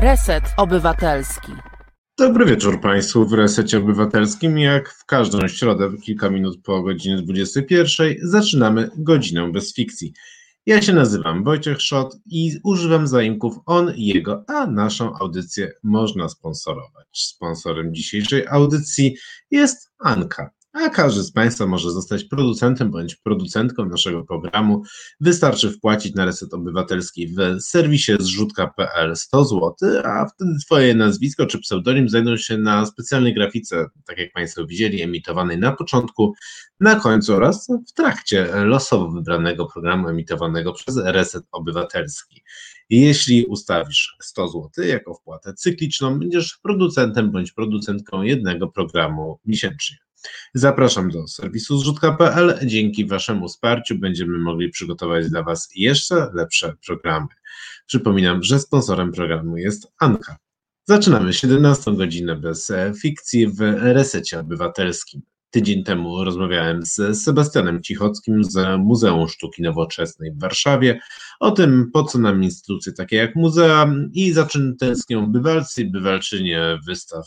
Reset Obywatelski. Dobry wieczór Państwu w Resecie Obywatelskim. Jak w każdą środę, kilka minut po godzinie 21, zaczynamy godzinę bez fikcji. Ja się nazywam Wojciech Szot i używam zaimków on i jego, a naszą audycję można sponsorować. Sponsorem dzisiejszej audycji jest Anka. A każdy z Państwa może zostać producentem bądź producentką naszego programu. Wystarczy wpłacić na Reset Obywatelski w serwisie zrzutka.pl 100 zł, a wtedy Twoje nazwisko czy pseudonim znajdą się na specjalnej grafice, tak jak Państwo widzieli, emitowanej na początku, na końcu oraz w trakcie losowo wybranego programu emitowanego przez Reset Obywatelski. Jeśli ustawisz 100 zł jako wpłatę cykliczną, będziesz producentem bądź producentką jednego programu miesięcznie. Zapraszam do serwisu zrzutka.pl. Dzięki Waszemu wsparciu będziemy mogli przygotować dla Was jeszcze lepsze programy. Przypominam, że sponsorem programu jest Anka. Zaczynamy 17 godzinę bez fikcji w Resecie Obywatelskim. Tydzień temu rozmawiałem z Sebastianem Cichockim z Muzeum Sztuki Nowoczesnej w Warszawie o tym, po co nam instytucje takie jak muzea i za czym tęsknią bywalcy i bywalczynie wystaw.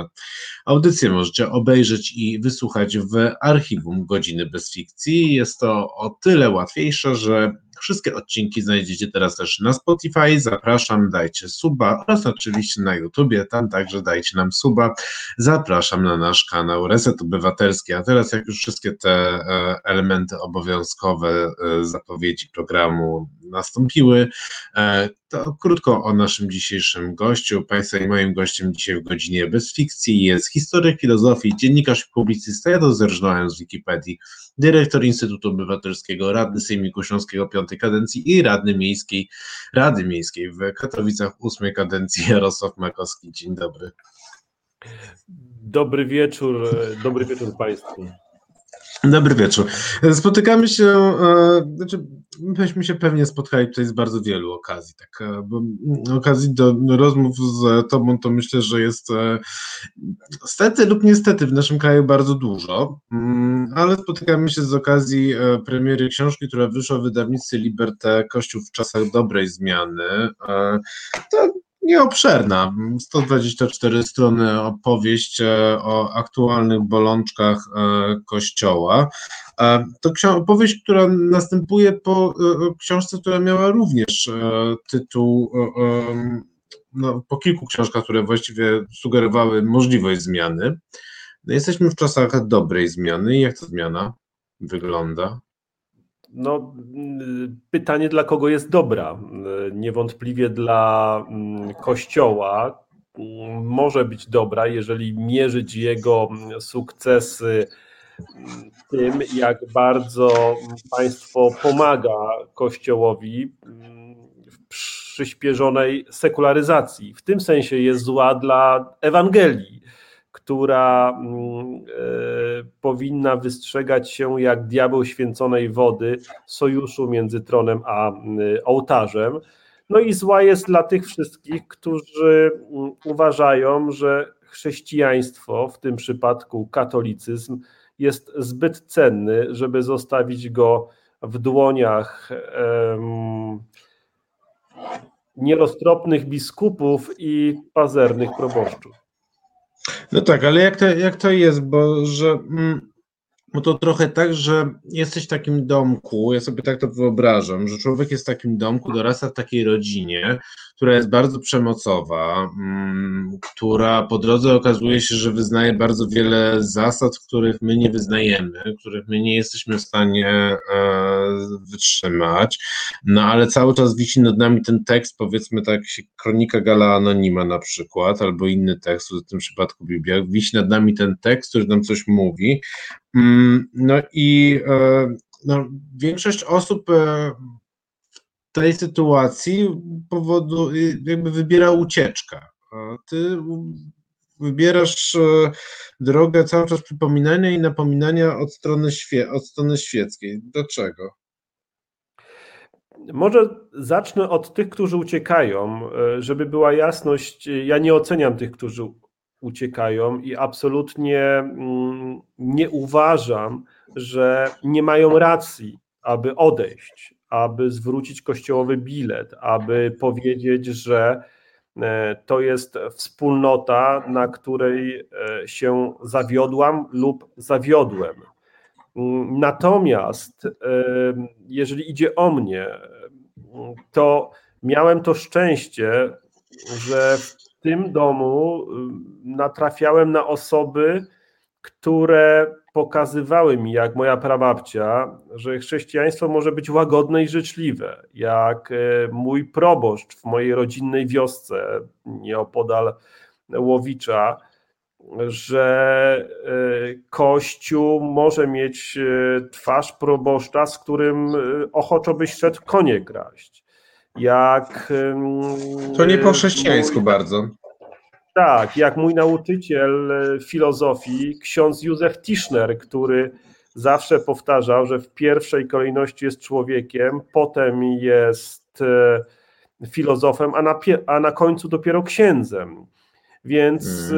Audycję możecie obejrzeć i wysłuchać w archiwum Godziny bez fikcji. Jest to o tyle łatwiejsze, że wszystkie odcinki znajdziecie teraz też na Spotify. Zapraszam, dajcie suba oraz oczywiście na YouTubie, tam także dajcie nam suba. Zapraszam na nasz kanał Reset Obywatelski. A teraz jak już wszystkie te elementy obowiązkowe zapowiedzi programu nastąpiły, to krótko o naszym dzisiejszym gościu. Państwa i moim gościem dzisiaj w Godzinie bez fikcji jest historyk filozofii, dziennikarz i publicysta. Ja to zerżnąłem z Wikipedii. Dyrektor Instytutu Obywatelskiego, radny Sejmiku Śląskiego V kadencji i radny Rady Miejskiej w Katowicach VIII kadencji Jarosław Makowski. Dzień dobry. Dobry wieczór Państwu. Dobry wieczór. Spotykamy się, myśmy się pewnie spotkali tutaj z bardzo wielu okazji, bo okazji do rozmów z Tobą to myślę, że jest stety lub niestety w naszym kraju bardzo dużo, ale spotykamy się z okazji premiery książki, która wyszła w wydawnictwie Liberté, Kościół w czasach dobrej zmiany. To nieobszerna, 124 strony opowieść o aktualnych bolączkach Kościoła. To opowieść, która następuje po książce, która miała również tytuł, po kilku książkach, które właściwie sugerowały możliwość zmiany. Jesteśmy w czasach dobrej zmiany. Jak ta zmiana wygląda? No, pytanie, dla kogo jest dobra? Niewątpliwie dla Kościoła może być dobra, jeżeli mierzyć jego sukcesy tym, jak bardzo państwo pomaga Kościołowi w przyspieszonej sekularyzacji. W tym sensie jest zła dla Ewangelii, która powinna wystrzegać się jak diabeł święconej wody sojuszu między tronem a ołtarzem. No i zła jest dla tych wszystkich, którzy uważają, że chrześcijaństwo, w tym przypadku katolicyzm, jest zbyt cenny, żeby zostawić go w dłoniach nieroztropnych biskupów i pazernych proboszczów. No tak, ale jak to jest, bo to trochę tak, że jesteś w takim domku, ja sobie tak to wyobrażam, że człowiek jest w takim domku, dorasta w takiej rodzinie, która jest bardzo przemocowa, która po drodze okazuje się, że wyznaje bardzo wiele zasad, których my nie wyznajemy, których my nie jesteśmy w stanie wytrzymać, no ale cały czas wisi nad nami ten tekst, powiedzmy tak, Kronika Gala Anonima na przykład, albo inny tekst, w tym przypadku Biblia, wisi nad nami ten tekst, który nam coś mówi. No i większość osób w tej sytuacji powodu jakby wybiera ucieczkę. Ty wybierasz drogę cały czas przypominania i napominania od strony świeckiej. Dlaczego? Może zacznę od tych, którzy uciekają, żeby była jasność. Ja nie oceniam tych, którzy uciekają i absolutnie nie uważam, że nie mają racji, aby odejść, aby zwrócić kościołowy bilet, aby powiedzieć, że to jest wspólnota, na której się zawiodłam lub zawiodłem. Natomiast jeżeli idzie o mnie, to miałem to szczęście, że w tym domu natrafiałem na osoby, które pokazywały mi, jak moja prababcia, że chrześcijaństwo może być łagodne i życzliwe, jak mój proboszcz w mojej rodzinnej wiosce nieopodal Łowicza, że Kościół może mieć twarz proboszcza, z którym ochoczo byś szedł konie kraść. Jak to nie po chrześcijańsku bardzo. Tak, jak mój nauczyciel filozofii, ksiądz Józef Tischner, który zawsze powtarzał, że w pierwszej kolejności jest człowiekiem, potem jest filozofem, a na końcu dopiero księdzem. Więc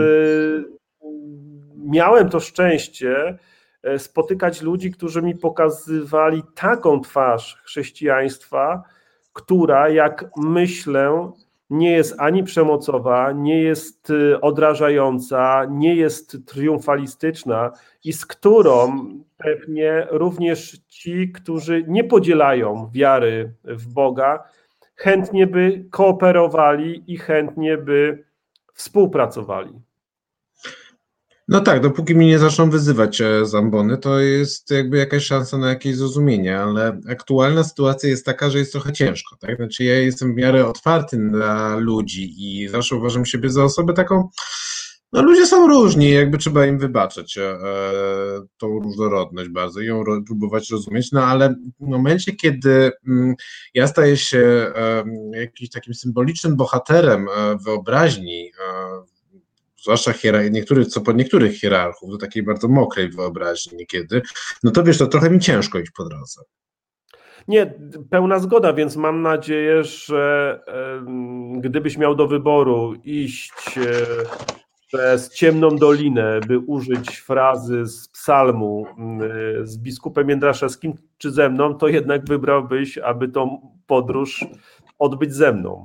miałem to szczęście spotykać ludzi, którzy mi pokazywali taką twarz chrześcijaństwa, która, jak myślę, nie jest ani przemocowa, nie jest odrażająca, nie jest triumfalistyczna i z którą pewnie również ci, którzy nie podzielają wiary w Boga, chętnie by kooperowali i chętnie by współpracowali. No tak, dopóki mnie nie zaczną wyzywać zambony, to jest jakby jakaś szansa na jakieś zrozumienie, ale aktualna sytuacja jest taka, że jest trochę ciężko, tak? Znaczy ja jestem w miarę otwarty dla ludzi i zawsze uważam siebie za osobę taką, no ludzie są różni, jakby trzeba im wybaczyć tą różnorodność bardzo i ją próbować rozumieć, no ale w momencie, kiedy ja staję się jakimś takim symbolicznym bohaterem wyobraźni, zwłaszcza niektórych hierarchów, do takiej bardzo mokrej wyobraźni niekiedy, no to wiesz, to trochę mi ciężko iść po drodze. Nie, pełna zgoda, więc mam nadzieję, że gdybyś miał do wyboru iść przez ciemną dolinę, by użyć frazy z psalmu z biskupem Jędraszewskim czy ze mną, to jednak wybrałbyś, aby tą podróż odbyć ze mną.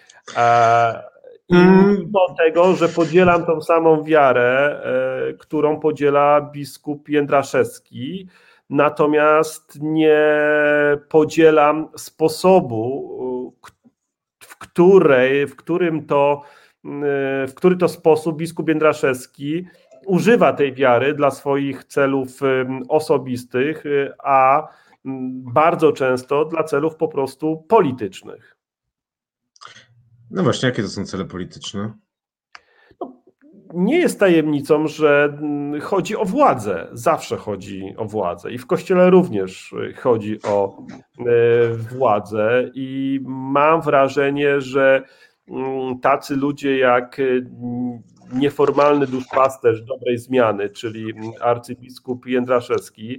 I mimo tego, że podzielam tą samą wiarę, którą podziela biskup Jędraszewski, natomiast nie podzielam sposobu, w który to sposób biskup Jędraszewski używa tej wiary dla swoich celów osobistych, a bardzo często dla celów po prostu politycznych. No właśnie, jakie to są cele polityczne? No, nie jest tajemnicą, że chodzi o władzę. Zawsze chodzi o władzę i w Kościele również chodzi o władzę i mam wrażenie, że tacy ludzie jak nieformalny duszpasterz dobrej zmiany, czyli arcybiskup Jędraszewski,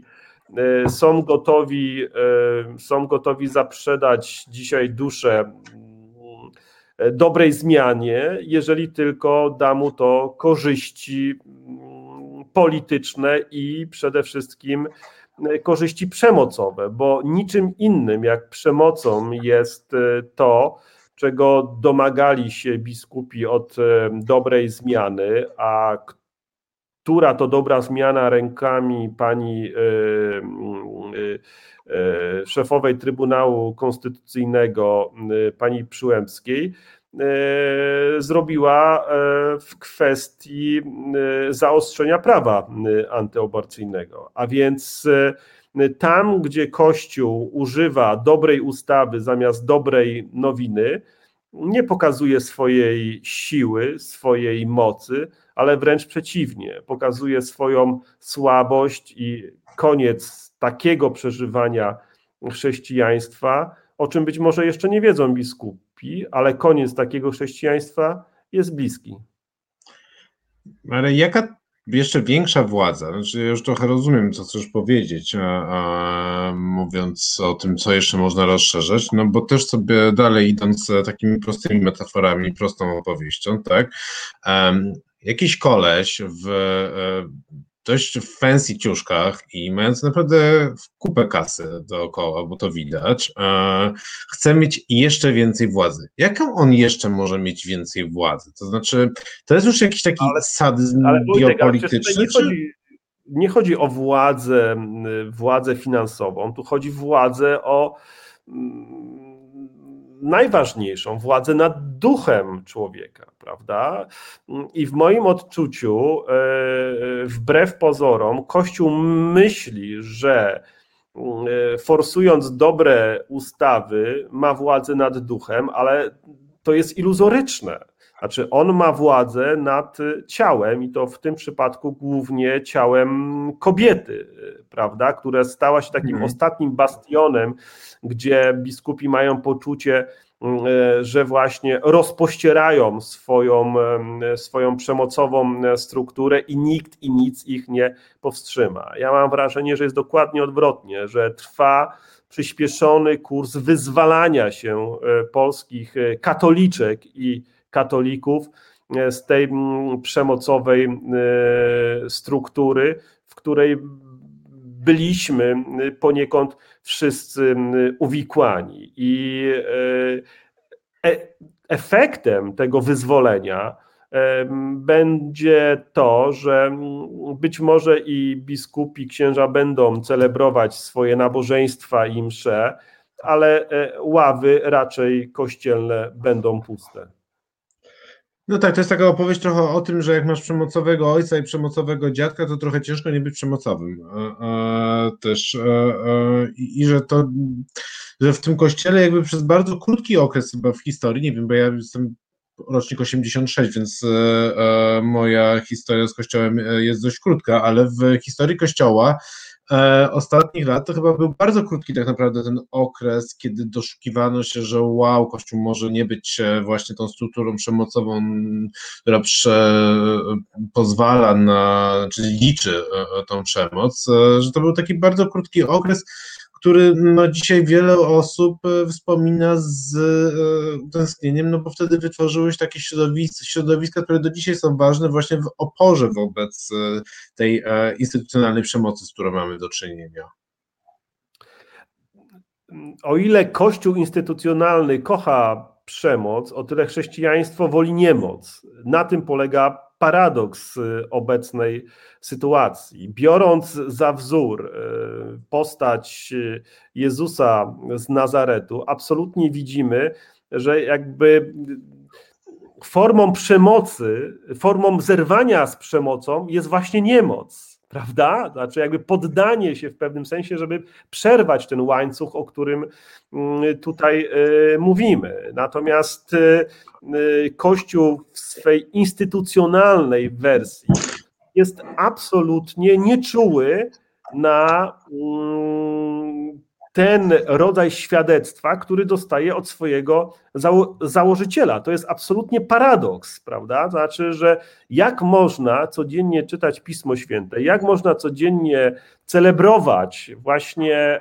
są gotowi zaprzedać dzisiaj duszę dobrej zmianie, jeżeli tylko da mu to korzyści polityczne i przede wszystkim korzyści przemocowe, bo niczym innym jak przemocą jest to, czego domagali się biskupi od dobrej zmiany, a która to dobra zmiana rękami pani szefowej Trybunału Konstytucyjnego, pani Przyłębskiej, zrobiła w kwestii zaostrzenia prawa antyaborcyjnego. A więc tam, gdzie Kościół używa dobrej ustawy zamiast dobrej nowiny, nie pokazuje swojej siły, swojej mocy, ale wręcz przeciwnie, pokazuje swoją słabość i koniec takiego przeżywania chrześcijaństwa, o czym być może jeszcze nie wiedzą biskupi, ale koniec takiego chrześcijaństwa jest bliski. Ale jaka jeszcze większa władza, znaczy ja już trochę rozumiem, co chcesz powiedzieć, mówiąc o tym, co jeszcze można rozszerzać, no bo też sobie dalej idąc takimi prostymi metaforami, prostą opowieścią, tak, jakiś koleś w dość w fancy ciuszkach i mając naprawdę kupę kasy dookoła, bo to widać, chce mieć jeszcze więcej władzy. Jaką on jeszcze może mieć więcej władzy? To znaczy, to jest już jakiś taki sadyzm geopolityczny? Nie chodzi o władzę finansową, tu chodzi o władzę najważniejszą, władzę nad duchem człowieka, prawda? I w moim odczuciu, wbrew pozorom, Kościół myśli, że forsując dobre ustawy ma władzę nad duchem, ale to jest iluzoryczne. Znaczy on ma władzę nad ciałem i to w tym przypadku głównie ciałem kobiety, prawda, która stała się takim ostatnim bastionem, gdzie biskupi mają poczucie, że właśnie rozpościerają swoją przemocową strukturę i nikt i nic ich nie powstrzyma. Ja mam wrażenie, że jest dokładnie odwrotnie, że trwa przyspieszony kurs wyzwalania się polskich katoliczek i katolików z tej przemocowej struktury, w której byliśmy poniekąd wszyscy uwikłani. I efektem tego wyzwolenia będzie to, że być może i biskupi, księża będą celebrować swoje nabożeństwa i msze, ale ławy raczej kościelne będą puste. No tak, to jest taka opowieść trochę o tym, że jak masz przemocowego ojca i przemocowego dziadka, to trochę ciężko nie być przemocowym. I że w tym kościele jakby przez bardzo krótki okres chyba w historii, nie wiem, bo ja jestem rocznik 86, więc moja historia z kościołem jest dość krótka, ale w historii kościoła ostatnich lat to chyba był bardzo krótki tak naprawdę ten okres, kiedy doszukiwano się, że wow, Kościół może nie być właśnie tą strukturą przemocową, która pozwala czyli liczy tą przemoc, że to był taki bardzo krótki okres, który dzisiaj wiele osób wspomina z utęsknieniem, no bo wtedy wytworzyły się takie środowiska, które do dzisiaj są ważne właśnie w oporze wobec tej instytucjonalnej przemocy, z którą mamy do czynienia. O ile Kościół instytucjonalny kocha przemoc, o tyle chrześcijaństwo woli niemoc. Na tym polega paradoks obecnej sytuacji. Biorąc za wzór postać Jezusa z Nazaretu, absolutnie widzimy, że jakby formą przemocy, formą zerwania z przemocą jest właśnie niemoc, prawda? Znaczy jakby poddanie się w pewnym sensie, żeby przerwać ten łańcuch, o którym tutaj mówimy. Natomiast Kościół w swej instytucjonalnej wersji jest absolutnie nieczuły na ten rodzaj świadectwa, który dostaje od swojego założyciela. To jest absolutnie paradoks, prawda? Znaczy, że jak można codziennie czytać Pismo Święte, jak można codziennie celebrować właśnie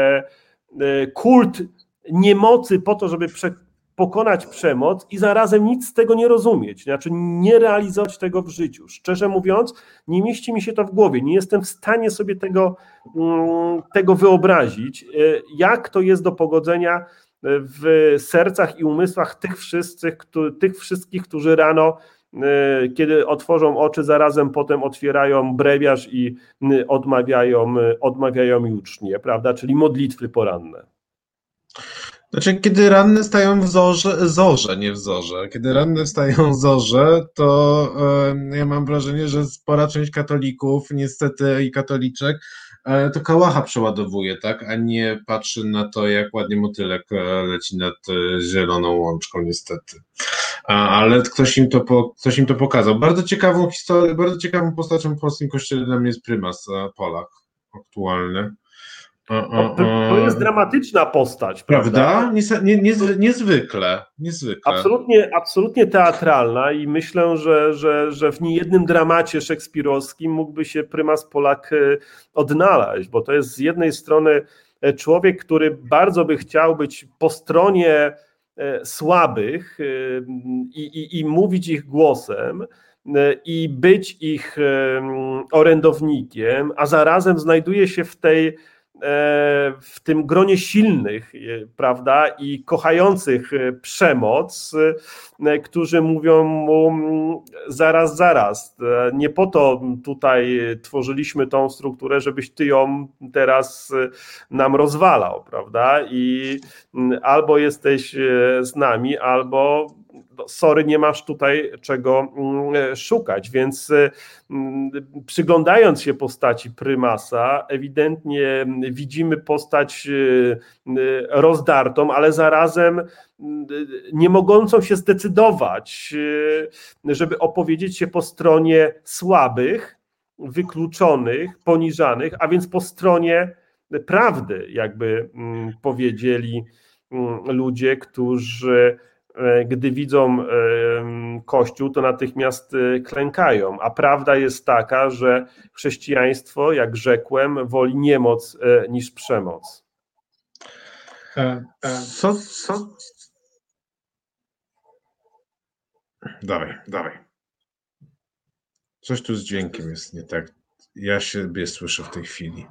kult niemocy po to, żeby pokonać przemoc i zarazem nic z tego nie rozumieć, znaczy nie realizować tego w życiu. Szczerze mówiąc, nie mieści mi się to w głowie, nie jestem w stanie sobie tego wyobrazić, jak to jest do pogodzenia w sercach i umysłach tych wszystkich, którzy rano, kiedy otworzą oczy, zarazem potem otwierają brewiarz i odmawiają jucznie, prawda, czyli modlitwy poranne. Znaczy, kiedy ranne stają w zorze, nie w zorze. Kiedy ranne stają w zorze, to ja mam wrażenie, że spora część katolików, niestety i katoliczek, to kałacha przeładowuje, tak, a nie patrzy na to, jak ładnie motylek leci nad zieloną łączką, niestety. Ale ktoś im to pokazał. Bardzo ciekawą historię, bardzo ciekawą postacią w polskim kościele dla mnie jest prymas Polak aktualny. To jest dramatyczna postać, prawda? Niezwykle. Absolutnie teatralna i myślę, że w niejednym dramacie szekspirowskim mógłby się prymas Polak odnaleźć, bo to jest z jednej strony człowiek, który bardzo by chciał być po stronie słabych i mówić ich głosem, i być ich orędownikiem, a zarazem znajduje się w tym gronie silnych, prawda, i kochających przemoc, którzy mówią mu zaraz, nie po to tutaj tworzyliśmy tą strukturę, żebyś ty ją teraz nam rozwalał, prawda, i albo jesteś z nami, albo sorry, nie masz tutaj czego szukać, więc przyglądając się postaci prymasa, ewidentnie widzimy postać rozdartą, ale zarazem nie mogącą się zdecydować, żeby opowiedzieć się po stronie słabych, wykluczonych, poniżanych, a więc po stronie prawdy, jakby powiedzieli ludzie, którzy gdy widzą Kościół, to natychmiast klękają. A prawda jest taka, że chrześcijaństwo, jak rzekłem, woli niemoc niż przemoc. Co? Dawaj. Coś tu z dźwiękiem jest nie tak. Ja siebie słyszę w tej chwili.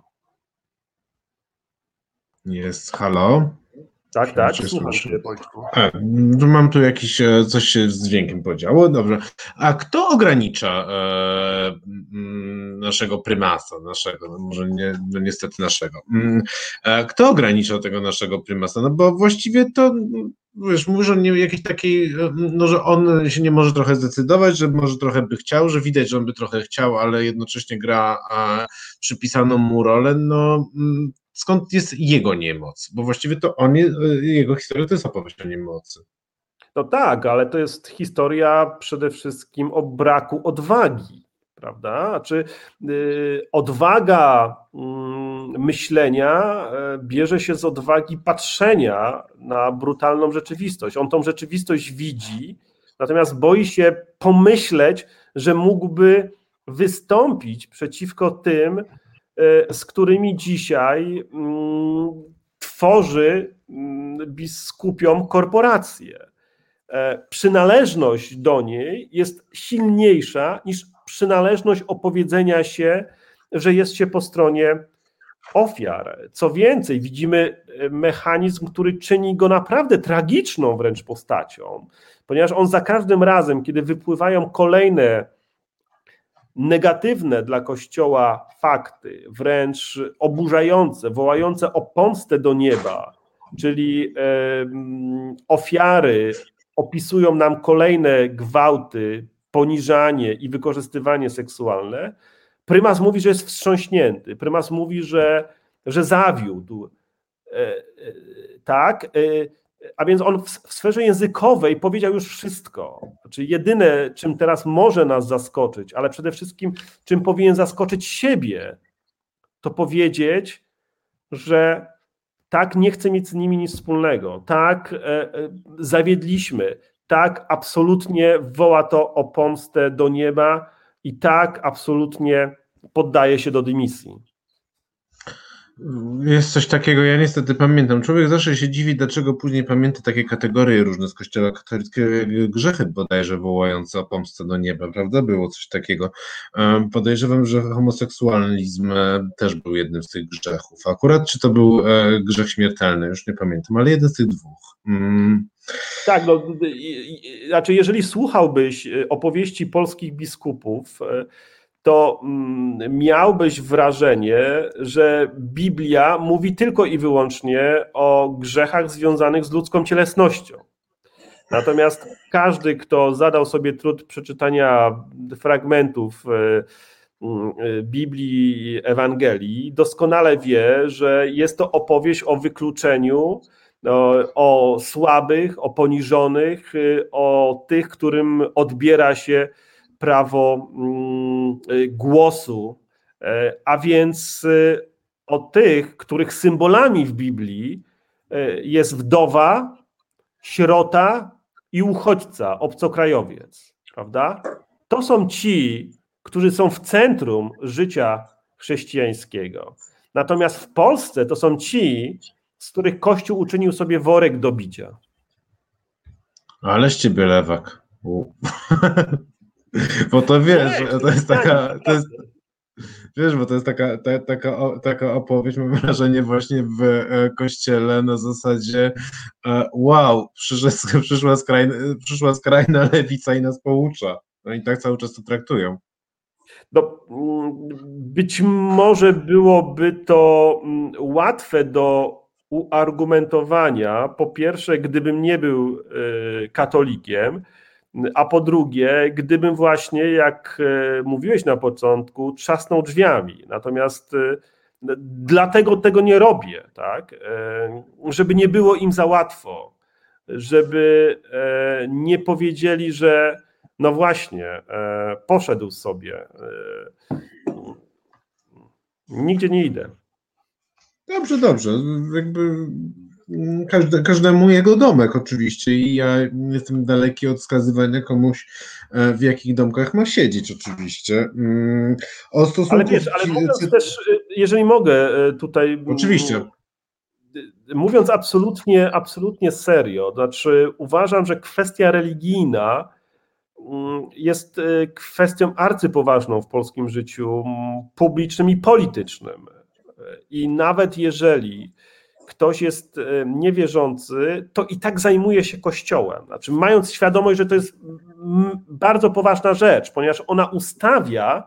Jest, halo? Tak, słucham cię, Wojtku. Mam tu jakiś, coś się z dźwiękiem podziało, dobrze. A kto ogranicza naszego prymasa, no może nie, no niestety naszego. Kto ogranicza tego naszego prymasa? No bo właściwie to, wiesz, mówisz o nim jakiejś takiej, no że on się nie może trochę zdecydować, że może trochę by chciał, że widać, że on by trochę chciał, ale jednocześnie gra przypisaną mu rolę, no skąd jest jego niemoc? Bo właściwie to jego historia to jest opowieść o niemocy. No tak, ale to jest historia przede wszystkim o braku odwagi, prawda? Znaczy, odwaga myślenia bierze się z odwagi patrzenia na brutalną rzeczywistość. On tą rzeczywistość widzi, natomiast boi się pomyśleć, że mógłby wystąpić przeciwko tym, z którymi dzisiaj tworzy biskupiom korporację. Przynależność do niej jest silniejsza niż przynależność opowiedzenia się, że jest się po stronie ofiar. Co więcej, widzimy mechanizm, który czyni go naprawdę tragiczną wręcz postacią, ponieważ on za każdym razem, kiedy wypływają kolejne negatywne dla Kościoła fakty, wręcz oburzające, wołające o pomstę do nieba, czyli ofiary opisują nam kolejne gwałty, poniżanie i wykorzystywanie seksualne, prymas mówi, że jest wstrząśnięty, prymas mówi, że zawiódł. Tak? A więc on w sferze językowej powiedział już wszystko. Znaczy jedyne, czym teraz może nas zaskoczyć, ale przede wszystkim czym powinien zaskoczyć siebie, to powiedzieć, że tak, nie chcę mieć z nimi nic wspólnego, tak, zawiedliśmy, tak, absolutnie woła to o pomstę do nieba i tak, absolutnie poddaje się do dymisji. Jest coś takiego, ja niestety pamiętam. Człowiek zawsze się dziwi, dlaczego później pamięta takie kategorie różne z Kościoła katolickiego, jak grzechy bodajże wołające o pomstę do nieba, prawda? Było coś takiego. Podejrzewam, że homoseksualizm też był jednym z tych grzechów. Akurat czy to był grzech śmiertelny, już nie pamiętam, ale jeden z tych dwóch. Tak, no, znaczy jeżeli słuchałbyś opowieści polskich biskupów, to miałbyś wrażenie, że Biblia mówi tylko i wyłącznie o grzechach związanych z ludzką cielesnością. Natomiast każdy, kto zadał sobie trud przeczytania fragmentów Biblii i Ewangelii, doskonale wie, że jest to opowieść o wykluczeniu, o słabych, o poniżonych, o tych, którym odbiera się prawo głosu, a więc o tych, których symbolami w Biblii jest wdowa, sierota i uchodźca, obcokrajowiec, prawda? To są ci, którzy są w centrum życia chrześcijańskiego. Natomiast w Polsce to są ci, z których Kościół uczynił sobie worek do bicia. Ale z ciebie lewak. Bo to wiesz, Nie, to jest taka, to jest, wiesz, bo to jest taka opowieść, mam wrażenie, właśnie w kościele na zasadzie wow, przyszła skrajna lewica i nas poucza. No i tak cały czas to traktują. No, być może byłoby to łatwe do uargumentowania, po pierwsze, gdybym nie był katolikiem, a po drugie, gdybym właśnie, jak mówiłeś na początku, trzasnął drzwiami. Natomiast dlatego tego nie robię, tak? Żeby nie było im za łatwo, żeby nie powiedzieli, że no właśnie, poszedł sobie, nigdzie nie idę. Dobrze. Jakby każdemu jego domek oczywiście i ja jestem daleki od wskazywania komuś, w jakich domkach ma siedzieć oczywiście. O stosunku... Ale mówiąc też, jeżeli mogę tutaj... Oczywiście. Mówiąc absolutnie serio, znaczy uważam, że kwestia religijna jest kwestią arcypoważną w polskim życiu publicznym i politycznym. I nawet jeżeli ktoś jest niewierzący, to i tak zajmuje się Kościołem. Znaczy, mając świadomość, że to jest bardzo poważna rzecz, ponieważ ona ustawia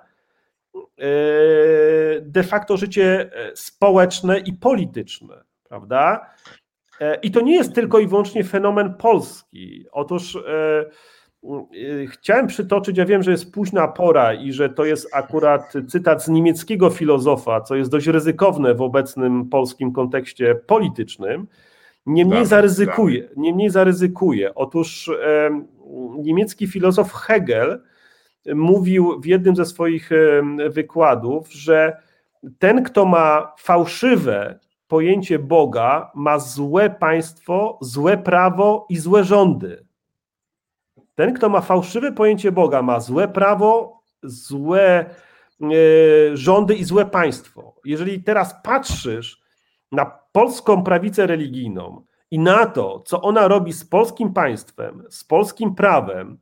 de facto życie społeczne i polityczne, prawda? I to nie jest tylko i wyłącznie fenomen polski. Otóż chciałem przytoczyć, ja wiem, że jest późna pora i że to jest akurat cytat z niemieckiego filozofa, co jest dość ryzykowne w obecnym polskim kontekście politycznym. Niemniej zaryzykuję. Otóż niemiecki filozof Hegel mówił w jednym ze swoich wykładów, że ten, kto ma fałszywe pojęcie Boga, ma złe państwo, złe prawo i złe rządy. Ten, kto ma fałszywe pojęcie Boga, ma złe prawo, złe rządy i złe państwo. Jeżeli teraz patrzysz na polską prawicę religijną i na to, co ona robi z polskim państwem, z polskim prawem,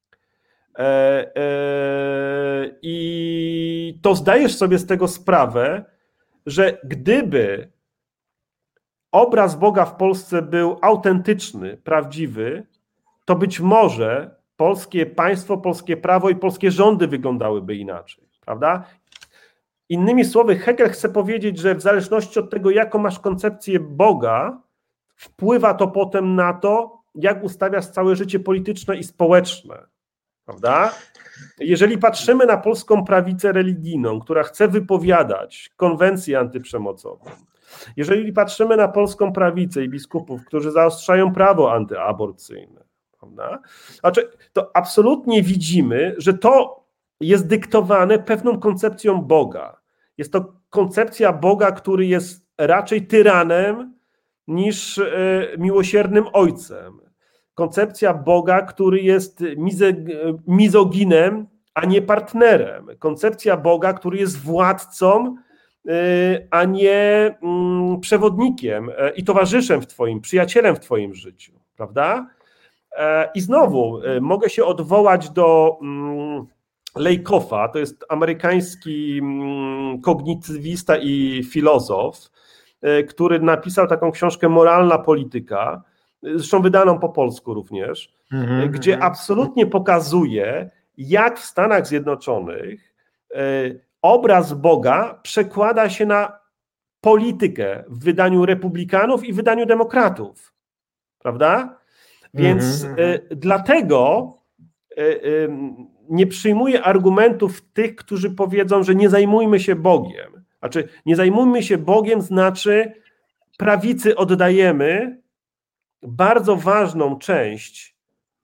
i to zdajesz sobie z tego sprawę, że gdyby obraz Boga w Polsce był autentyczny, prawdziwy, to być może polskie państwo, polskie prawo i polskie rządy wyglądałyby inaczej, prawda? Innymi słowy, Hegel chce powiedzieć, że w zależności od tego, jaką masz koncepcję Boga, wpływa to potem na to, jak ustawiasz całe życie polityczne i społeczne, prawda? Jeżeli patrzymy na polską prawicę religijną, która chce wypowiadać konwencję antyprzemocową, jeżeli patrzymy na polską prawicę i biskupów, którzy zaostrzają prawo antyaborcyjne, prawda? Znaczy, to absolutnie widzimy, że to jest dyktowane pewną koncepcją Boga. Jest to koncepcja Boga, który jest raczej tyranem niż miłosiernym ojcem. Koncepcja Boga, który jest mizoginem, a nie partnerem. Koncepcja Boga, który jest władcą, a nie przewodnikiem i towarzyszem w twoim, przyjacielem w twoim życiu, prawda? I znowu mogę się odwołać do Lakoff'a, to jest amerykański kognitywista i filozof, który napisał taką książkę Moralna polityka, zresztą wydaną po polsku również, gdzie absolutnie pokazuje, jak w Stanach Zjednoczonych obraz Boga przekłada się na politykę w wydaniu republikanów i w wydaniu demokratów, prawda? Więc dlatego nie przyjmuję argumentów tych, którzy powiedzą, że nie zajmujmy się Bogiem. Znaczy, nie zajmujmy się Bogiem znaczy prawicy oddajemy bardzo ważną część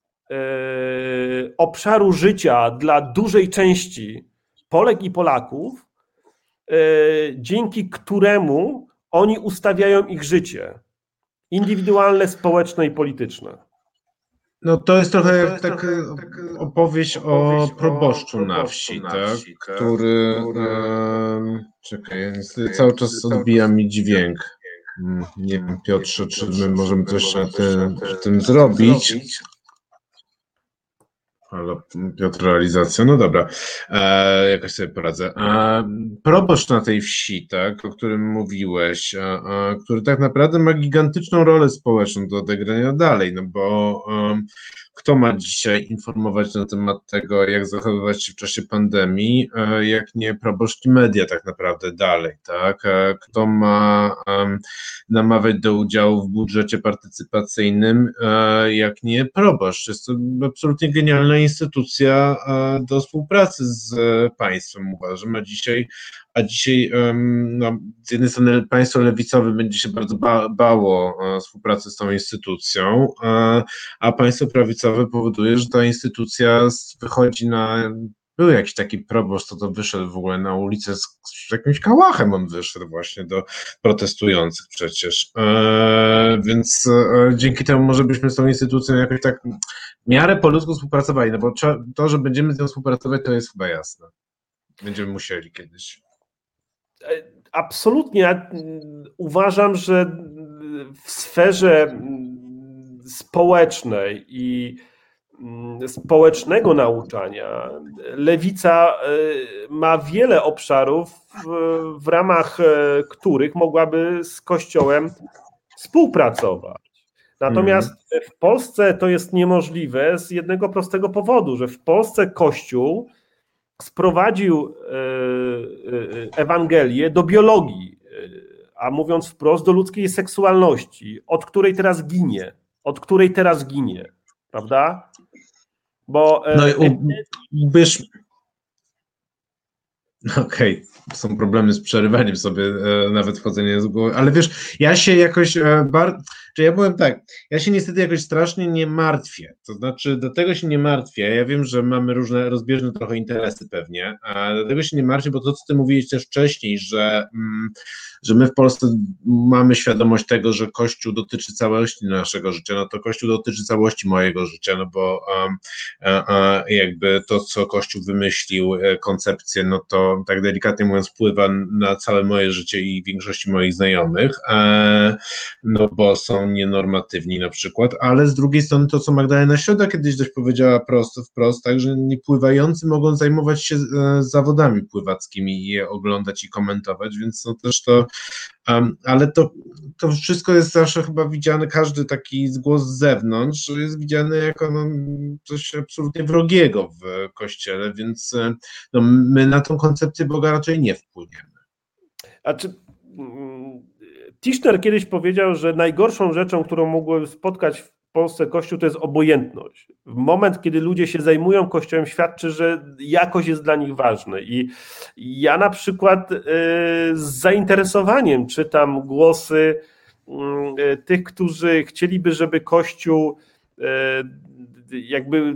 obszaru życia dla dużej części Polek i Polaków, dzięki któremu oni ustawiają ich życie indywidualne, społeczne i polityczne. No to jest trochę jak taka opowieść o proboszczu na wsi, tak? Który... czekaj, cały czas odbija mi dźwięk. Nie wiem, Piotrze, czy my możemy coś na tym zrobić? Halo, Piotr, realizacja. No dobra, jakoś sobie poradzę. Proboszcz na tej wsi, tak, o którym mówiłeś, który tak naprawdę ma gigantyczną rolę społeczną do odegrania dalej, no bo kto ma dzisiaj informować na temat tego, jak zachowywać się w czasie pandemii, jak nie proboszcz i media tak naprawdę dalej, tak? Kto ma namawiać do udziału w budżecie partycypacyjnym, jak nie proboszcz? Jest to absolutnie genialna instytucja do współpracy z państwem, uważam, a dzisiaj no, z jednej strony państwo lewicowe będzie się bardzo bało współpracy z tą instytucją, a państwo prawicowe powoduje, że ta instytucja wychodzi na... Był jakiś taki proboszcz, to wyszedł w ogóle na ulicę z jakimś kałachem, on wyszedł właśnie do protestujących przecież. Więc dzięki temu może byśmy z tą instytucją jakoś tak w miarę po ludzku współpracowali, no bo to, że będziemy z nią współpracować, to jest chyba jasne. Będziemy musieli kiedyś. Absolutnie. Ja uważam, że w sferze społecznej i społecznego nauczania lewica ma wiele obszarów, w ramach których mogłaby z Kościołem współpracować. Natomiast w Polsce to jest niemożliwe z jednego prostego powodu, że w Polsce Kościół sprowadził Ewangelię do biologii, a mówiąc wprost, do ludzkiej seksualności, od której teraz ginie, prawda? Bo no Okej, są problemy z przerywaniem sobie nawet wchodzenia z głowy, ale wiesz, ja się jakoś ja powiem tak, ja się niestety jakoś strasznie nie martwię, to znaczy do tego się nie martwię, ja wiem, że mamy różne rozbieżne trochę interesy pewnie, a do tego się nie martwię, bo to, co ty mówiłeś też wcześniej, że my w Polsce mamy świadomość tego, że Kościół dotyczy całości naszego życia, no to Kościół dotyczy całości mojego życia, no bo jakby to, co Kościół wymyślił, koncepcję, no to tak delikatnie mówiąc wpływa na całe moje życie i większości moich znajomych, no bo są nienormatywni na przykład, ale z drugiej strony to, co Magdalena Środa kiedyś dość powiedziała wprost, tak, że niepływający mogą zajmować się zawodami pływackimi i je oglądać i komentować, więc no też to, ale to wszystko jest zawsze chyba widziane, każdy taki głos z zewnątrz jest widziany jako coś absolutnie wrogiego w Kościele, więc no, my na tą koncepcję Boga raczej nie wpłyniemy. A czy Tischner kiedyś powiedział, że najgorszą rzeczą, którą mógłby spotkać w Polsce Kościół, to jest obojętność. W moment, kiedy ludzie się zajmują Kościołem, świadczy, że jakość jest dla nich ważna. I ja na przykład z zainteresowaniem czytam głosy tych, którzy chcieliby, żeby Kościół jakby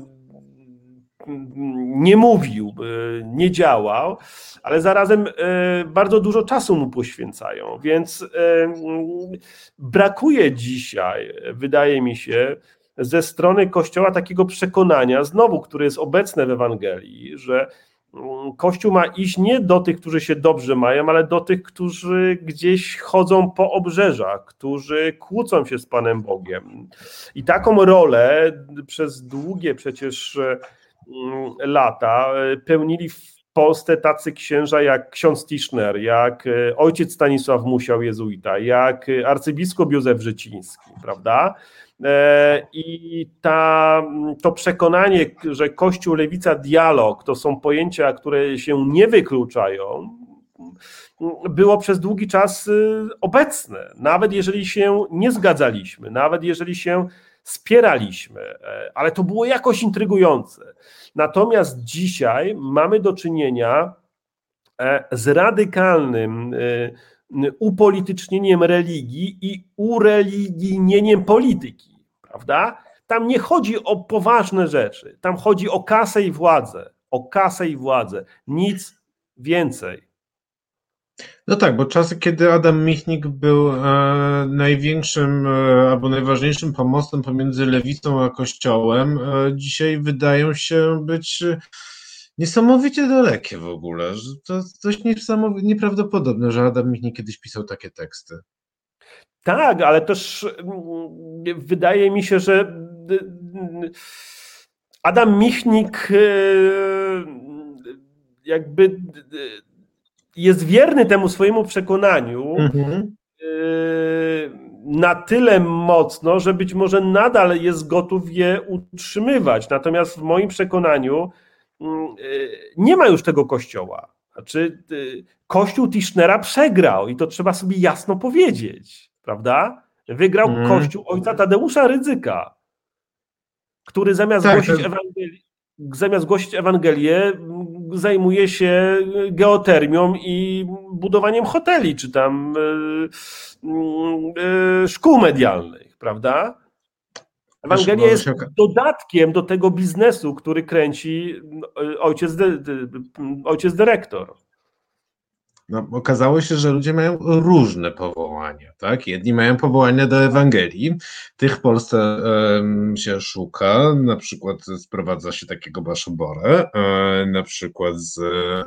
nie mówił, nie działał, ale zarazem bardzo dużo czasu mu poświęcają, więc brakuje dzisiaj, wydaje mi się, ze strony Kościoła takiego przekonania, znowu, które jest obecne w Ewangelii, że Kościół ma iść nie do tych, którzy się dobrze mają, ale do tych, którzy gdzieś chodzą po obrzeżach, którzy kłócą się z Panem Bogiem. I taką rolę przez długie przecież lata pełnili w Polsce tacy księża jak ksiądz Tischner, jak ojciec Stanisław Musiał, jezuita, jak arcybiskup Józef Życiński, prawda? I to przekonanie, że Kościół, lewica, dialog to są pojęcia, które się nie wykluczają, było przez długi czas obecne, nawet jeżeli się nie zgadzaliśmy, nawet jeżeli się spieraliśmy, ale to było jakoś intrygujące. Natomiast dzisiaj mamy do czynienia z radykalnym upolitycznieniem religii i ureligijnieniem polityki, prawda? Tam nie chodzi o poważne rzeczy, tam chodzi o kasę i władzę, nic więcej. No tak, bo czasy, kiedy Adam Michnik był największym albo najważniejszym pomostem pomiędzy lewicą a Kościołem, dzisiaj wydają się być niesamowicie dalekie w ogóle. Że to coś nieprawdopodobne, że Adam Michnik kiedyś pisał takie teksty. Tak, ale też wydaje mi się, że Adam Michnik jakby jest wierny temu swojemu przekonaniu na tyle mocno, że być może nadal jest gotów je utrzymywać. Natomiast w moim przekonaniu nie ma już tego kościoła. Znaczy, kościół Tischnera przegrał i to trzeba sobie jasno powiedzieć, prawda? Wygrał kościół ojca Tadeusza Rydzyka, który zamiast głosić Ewangelię zajmuje się geotermią i budowaniem hoteli, czy tam szkół medialnych, prawda? Ewangelia jest dodatkiem do tego biznesu, który kręci ojciec dyrektor. No, okazało się, że ludzie mają różne powołania, tak? Jedni mają powołania do Ewangelii, tych w Polsce się szuka, na przykład sprowadza się takiego Baszoborę, na przykład z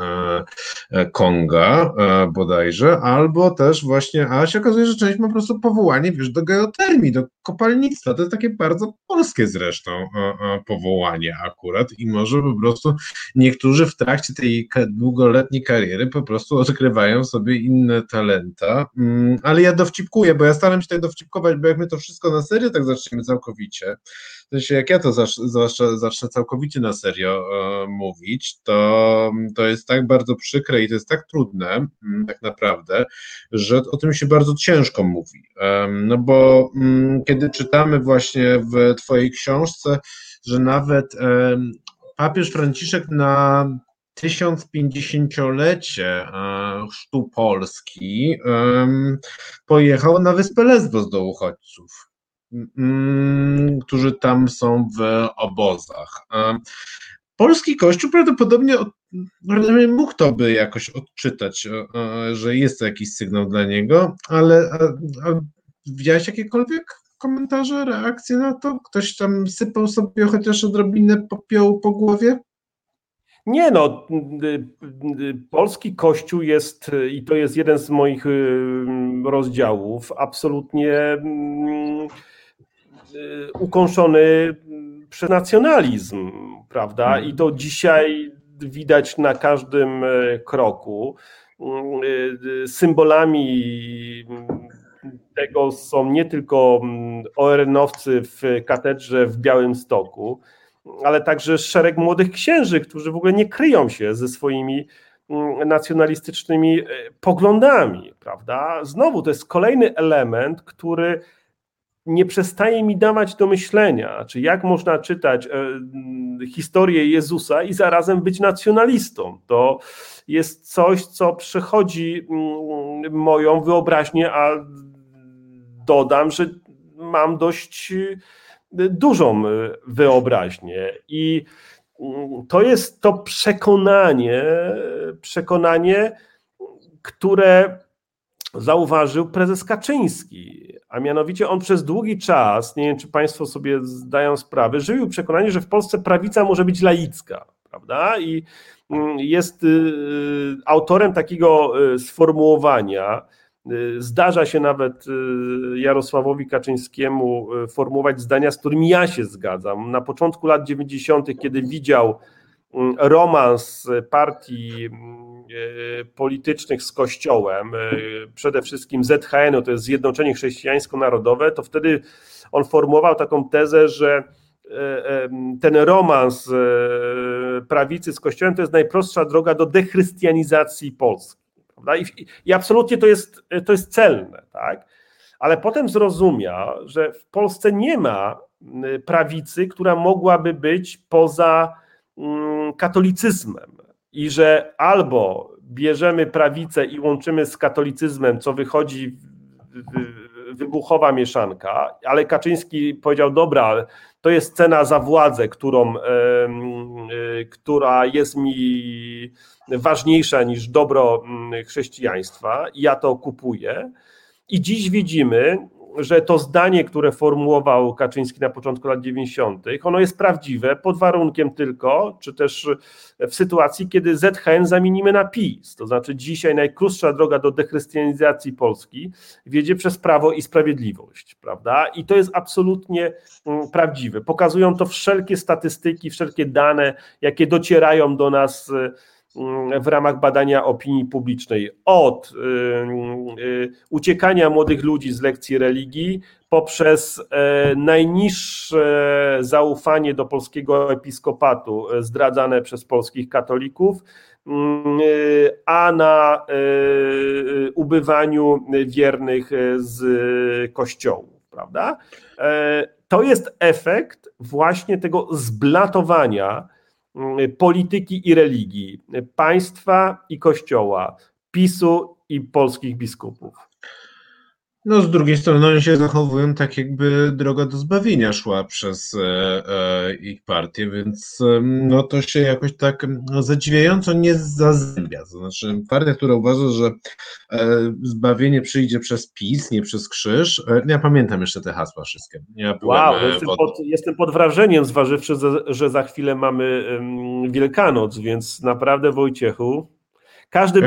Konga bodajże, albo też właśnie, a się okazuje, że część ma po prostu powołanie, wiesz, do geotermii, do kopalnictwa, to jest takie bardzo polskie zresztą powołanie akurat i może po prostu niektórzy w trakcie tej długoletniej kariery po prostu odkrywają sobie inne talenta, ale ja dowcipkuję, bo ja staram się tak dowcipkować, bo jak my to wszystko na serio tak zaczniemy całkowicie, w sensie jak ja to zacznę całkowicie na serio mówić, to jest tak bardzo przykre i to jest tak trudne tak naprawdę, że o tym się bardzo ciężko mówi, no bo kiedy czytamy właśnie w twojej książce, że nawet papież Franciszek na 1050-lecie chrztu Polski pojechał na wyspę Lesbos do uchodźców, którzy tam są w obozach. Polski Kościół prawdopodobnie mógł to by jakoś odczytać, że jest to jakiś sygnał dla niego, ale widziałeś jakiekolwiek komentarze, reakcje na to? Ktoś tam sypał sobie chociaż odrobinę popiołu po głowie? Nie no, polski Kościół jest, i to jest jeden z moich rozdziałów, absolutnie ukąszony przez nacjonalizm, prawda? I to dzisiaj widać na każdym kroku. Symbolami tego są nie tylko ORN-owcy w katedrze w Białymstoku, ale także szereg młodych księży, którzy w ogóle nie kryją się ze swoimi nacjonalistycznymi poglądami, prawda? Znowu to jest kolejny element, który nie przestaje mi dawać do myślenia, znaczy jak można czytać historię Jezusa i zarazem być nacjonalistą. To jest coś, co przechodzi moją wyobraźnię, a dodam, że mam dość dużą wyobraźnię i to jest to przekonanie, które zauważył prezes Kaczyński, a mianowicie on przez długi czas, nie wiem czy Państwo sobie zdają sprawę, żywił przekonanie, że w Polsce prawica może być laicka, prawda? I jest autorem takiego sformułowania. Zdarza się nawet Jarosławowi Kaczyńskiemu formułować zdania, z którymi ja się zgadzam. Na początku lat 90., kiedy widział romans partii politycznych z Kościołem, przede wszystkim ZHN-u, to jest Zjednoczenie Chrześcijańsko-Narodowe, to wtedy on formułował taką tezę, że ten romans prawicy z Kościołem to jest najprostsza droga do dechrystianizacji Polski. I absolutnie to jest celne, tak? Ale potem zrozumiał, że w Polsce nie ma prawicy, która mogłaby być poza katolicyzmem i że albo bierzemy prawicę i łączymy z katolicyzmem, co wychodzi wybuchowa mieszanka, ale Kaczyński powiedział, dobra, to jest cena za władzę, która jest mi ważniejsza niż dobro chrześcijaństwa i ja to kupuję. I dziś widzimy, że to zdanie, które formułował Kaczyński na początku lat 90., ono jest prawdziwe pod warunkiem tylko, czy też w sytuacji, kiedy ZHN zamienimy na PiS. To znaczy dzisiaj najkrótsza droga do dechrystianizacji Polski wiedzie przez Prawo i Sprawiedliwość, prawda? I to jest absolutnie prawdziwe. Pokazują to wszelkie statystyki, wszelkie dane, jakie docierają do nas w ramach badania opinii publicznej, od uciekania młodych ludzi z lekcji religii poprzez najniższe zaufanie do polskiego episkopatu zdradzane przez polskich katolików, a na ubywaniu wiernych z kościołów, prawda? To jest efekt właśnie tego zblatowania polityki i religii, państwa i kościoła, PiS-u i polskich biskupów. No z drugiej strony oni się zachowują tak, jakby droga do zbawienia szła przez ich partię, więc no to się jakoś tak zadziwiająco nie zazębia. To znaczy partia, która uważa, że zbawienie przyjdzie przez PiS, nie przez krzyż. Ja pamiętam jeszcze te hasła wszystkie. Ja byłem, jestem pod wrażeniem, zważywszy, że za chwilę mamy Wielkanoc, więc naprawdę, Wojciechu, każdy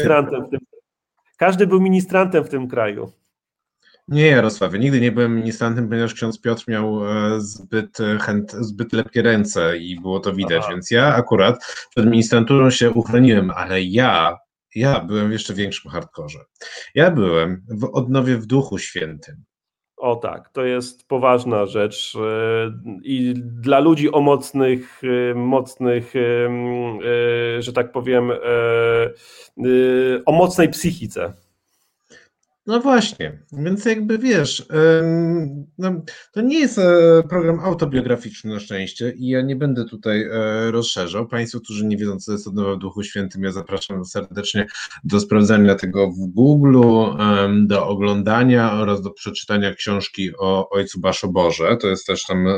był ministrantem w tym kraju. Nie, Jarosławie, nigdy nie byłem ministrantem, ponieważ ksiądz Piotr miał zbyt lepkie ręce i było to widać, więc ja akurat przed ministranturą się uchroniłem, ale ja byłem w jeszcze większym hardkorze. Ja byłem w odnowie w Duchu Świętym. O tak, to jest poważna rzecz i dla ludzi o mocnych, że tak powiem, o mocnej psychice. No właśnie, więc jakby wiesz, no, to nie jest program autobiograficzny na szczęście i ja nie będę tutaj rozszerzał. Państwo, którzy nie wiedzą, co jest odnowa w Duchu Świętym, ja zapraszam serdecznie do sprawdzania tego w Google, do oglądania oraz do przeczytania książki o ojcu Baszoborze. To jest też tam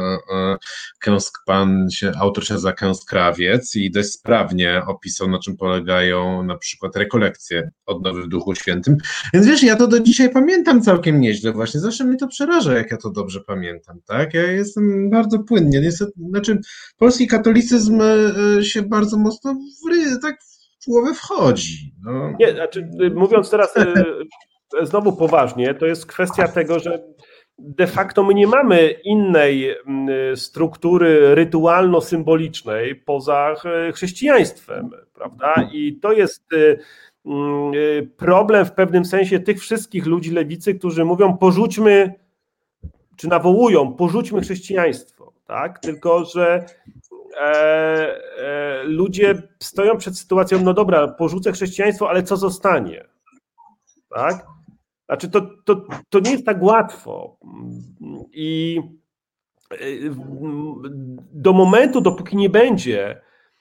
autor się nazywa Kęskrawiec i dość sprawnie opisał, na czym polegają na przykład rekolekcje odnowy w Duchu Świętym. Więc wiesz, ja to do dzisiaj pamiętam całkiem nieźle właśnie, zawsze mnie to przeraża, jak ja to dobrze pamiętam, tak? Ja jestem bardzo płynnie, znaczy polski katolicyzm się bardzo mocno tak w głowę wchodzi. No. Nie, znaczy mówiąc teraz znowu poważnie, to jest kwestia tego, że de facto my nie mamy innej struktury rytualno-symbolicznej poza chrześcijaństwem, prawda? I to jest problem w pewnym sensie tych wszystkich ludzi lewicy, którzy mówią porzućmy, czy nawołują, porzućmy chrześcijaństwo, tak? Tylko że ludzie stoją przed sytuacją, no dobra, porzucę chrześcijaństwo, ale co zostanie? Tak? Znaczy to nie jest tak łatwo i do momentu, dopóki nie będzie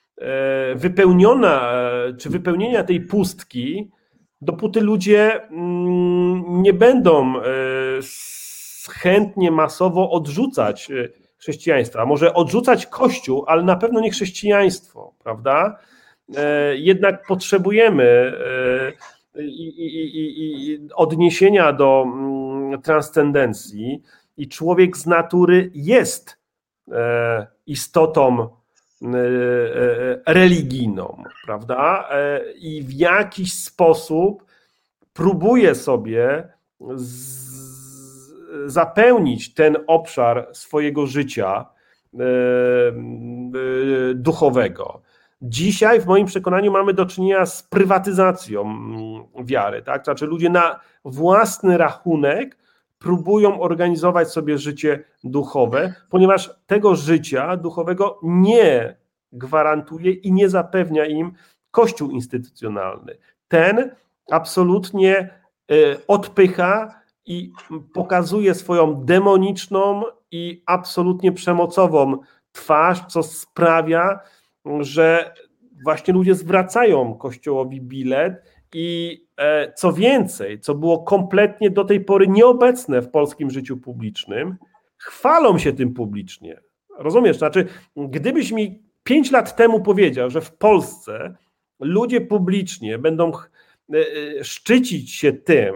wypełnienia tej pustki, dopóty ludzie nie będą chętnie masowo odrzucać chrześcijaństwa. Może odrzucać Kościół, ale na pewno nie chrześcijaństwo, prawda? Jednak potrzebujemy odniesienia do transcendencji i człowiek z natury jest istotą religijną, prawda? I w jakiś sposób próbuje sobie zapełnić ten obszar swojego życia duchowego. Dzisiaj w moim przekonaniu mamy do czynienia z prywatyzacją wiary, tak? Znaczy ludzie na własny rachunek próbują organizować sobie życie duchowe, ponieważ tego życia duchowego nie gwarantuje i nie zapewnia im Kościół instytucjonalny. Ten absolutnie odpycha i pokazuje swoją demoniczną i absolutnie przemocową twarz, co sprawia, że właśnie ludzie zwracają Kościołowi bilet i co więcej, co było kompletnie do tej pory nieobecne w polskim życiu publicznym, chwalą się tym publicznie. Rozumiesz? Znaczy, gdybyś mi 5 lat temu powiedział, że w Polsce ludzie publicznie będą szczycić się tym,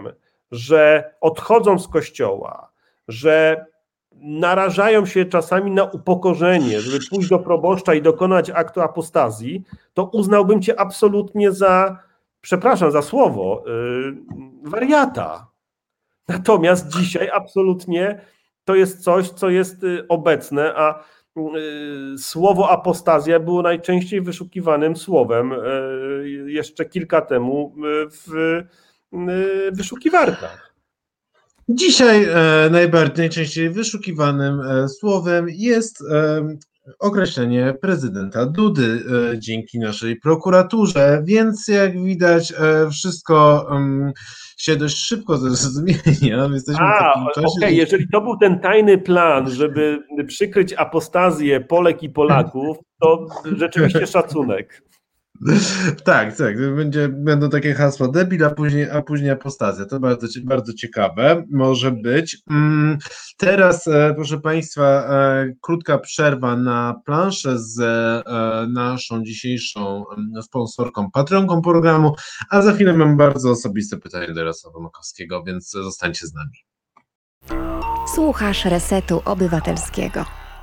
że odchodzą z kościoła, że narażają się czasami na upokorzenie, żeby pójść do proboszcza i dokonać aktu apostazji, to uznałbym cię absolutnie za, przepraszam za słowo, wariata. Natomiast dzisiaj absolutnie to jest coś, co jest obecne, a słowo apostazja było najczęściej wyszukiwanym słowem jeszcze kilka temu w wyszukiwarkach. Dzisiaj najczęściej wyszukiwanym słowem jest określenie prezydenta Dudy dzięki naszej prokuraturze, więc jak widać wszystko się dość szybko zmienia. Jesteśmy w takim czasie. Okej, jeżeli to był ten tajny plan, żeby przykryć apostazję Polek i Polaków, to rzeczywiście szacunek. Tak. Będą takie hasła debil, a później apostazja. To bardzo ciekawe może być. Teraz, proszę Państwa, krótka przerwa na planszę z naszą dzisiejszą sponsorką, patronką programu, a za chwilę mam bardzo osobiste pytanie do Jarosława Makowskiego, więc zostańcie z nami. Słuchasz Resetu Obywatelskiego.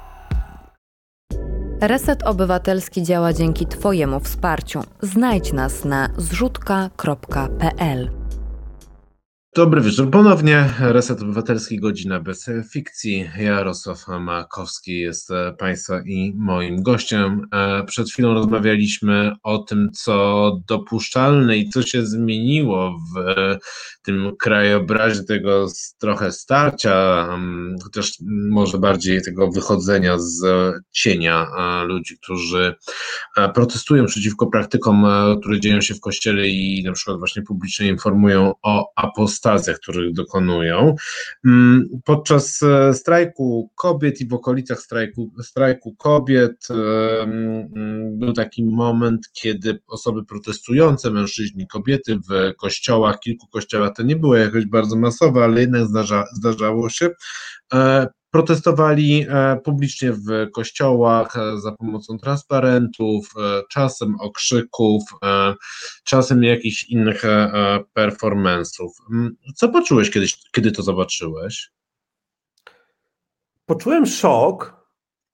Reset Obywatelski działa dzięki Twojemu wsparciu. Znajdź nas na zrzutka.pl. Dobry wieczór. Ponownie Reset Obywatelski, godzina bez fikcji. Jarosław Makowski jest Państwa i moim gościem. Przed chwilą rozmawialiśmy o tym, co dopuszczalne i co się zmieniło w tym krajobrazie tego trochę starcia, chociaż może bardziej tego wychodzenia z cienia ludzi, którzy protestują przeciwko praktykom, które dzieją się w kościele i na przykład właśnie publicznie informują o apostazjach, których dokonują. Podczas strajku kobiet i w okolicach strajku kobiet był taki moment, kiedy osoby protestujące, mężczyźni, kobiety w kościołach, kilku kościołach, to nie było jakoś bardzo masowe, ale jednak zdarzało się, protestowali publicznie w kościołach za pomocą transparentów, czasem okrzyków, czasem jakichś innych performance'ów. Co poczułeś kiedy to zobaczyłeś? Poczułem szok,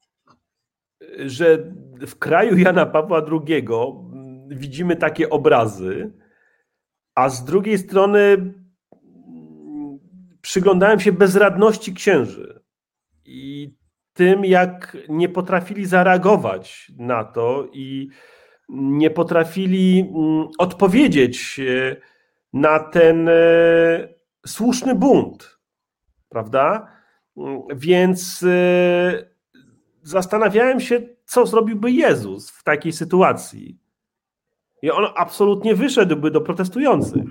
że w kraju Jana Pawła II widzimy takie obrazy, a z drugiej strony przyglądałem się bezradności księży i tym, jak nie potrafili zareagować na to i nie potrafili odpowiedzieć na ten słuszny bunt, prawda? Więc zastanawiałem się, co zrobiłby Jezus w takiej sytuacji. I on absolutnie wyszedłby do protestujących.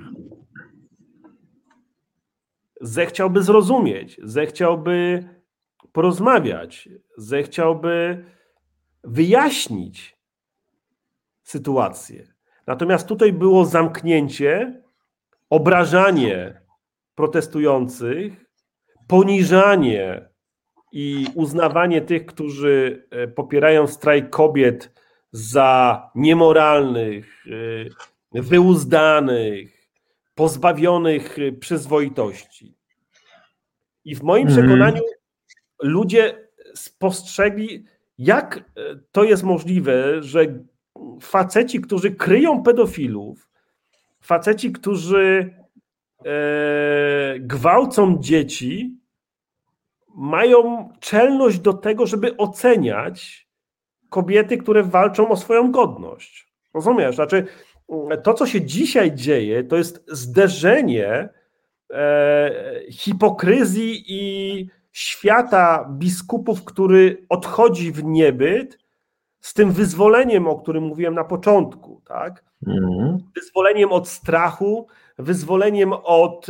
Zechciałby zrozumieć, zechciałby porozmawiać, zechciałby wyjaśnić sytuację. Natomiast tutaj było zamknięcie, obrażanie protestujących, poniżanie i uznawanie tych, którzy popierają strajk kobiet za niemoralnych, wyuzdanych, pozbawionych przyzwoitości. I w moim przekonaniu ludzie spostrzegli, jak to jest możliwe, że faceci, którzy kryją pedofilów, faceci, którzy gwałcą dzieci, mają czelność do tego, żeby oceniać kobiety, które walczą o swoją godność. Rozumiesz? Znaczy, to, co się dzisiaj dzieje, to jest zderzenie hipokryzji i świata biskupów, który odchodzi w niebyt, z tym wyzwoleniem, o którym mówiłem na początku, tak? Wyzwoleniem od strachu, wyzwoleniem od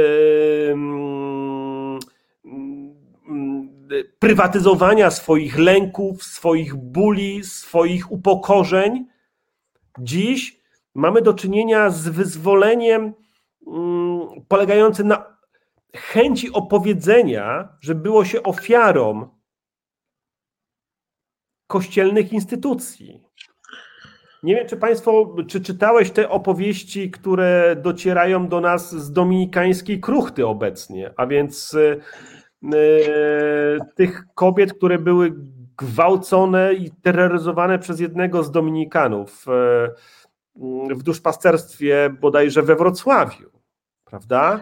prywatyzowania swoich lęków, swoich bóli, swoich upokorzeń. Dziś mamy do czynienia z wyzwoleniem polegającym na chęci opowiedzenia, że było się ofiarą kościelnych instytucji. Nie wiem, czy czytałeś te opowieści, które docierają do nas z dominikańskiej kruchty obecnie, a więc tych kobiet, które były gwałcone i terroryzowane przez jednego z dominikanów w duszpasterstwie bodajże we Wrocławiu, prawda?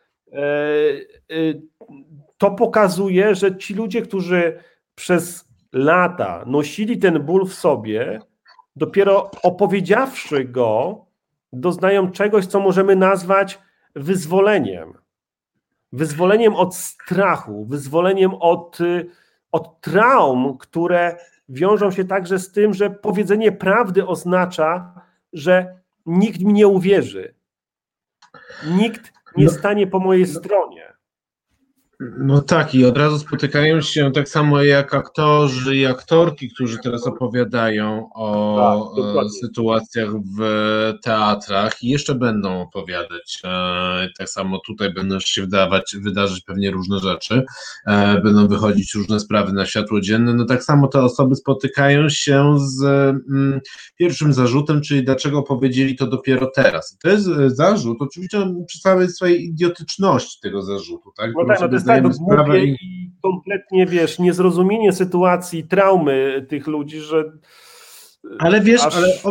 To pokazuje, że ci ludzie, którzy przez lata nosili ten ból w sobie, dopiero opowiedziawszy go, doznają czegoś, co możemy nazwać wyzwoleniem. Wyzwoleniem od strachu, wyzwoleniem od traum, które wiążą się także z tym, że powiedzenie prawdy oznacza, że nikt mi nie uwierzy. Nikt nie stanie po mojej stronie. No tak, i od razu spotykają się tak samo jak aktorzy i aktorki, którzy teraz opowiadają o sytuacjach w teatrach i jeszcze będą opowiadać. Tak samo tutaj będą się wydarzyć pewnie różne rzeczy, będą wychodzić różne sprawy na światło dzienne. No tak samo te osoby spotykają się z pierwszym zarzutem, czyli dlaczego powiedzieli to dopiero teraz. To jest zarzut, oczywiście przy całej swojej idiotyczności tego zarzutu, tak? No tak, no to jest tak głupie i kompletnie, niezrozumienie sytuacji, traumy tych ludzi, że... Ale wiesz,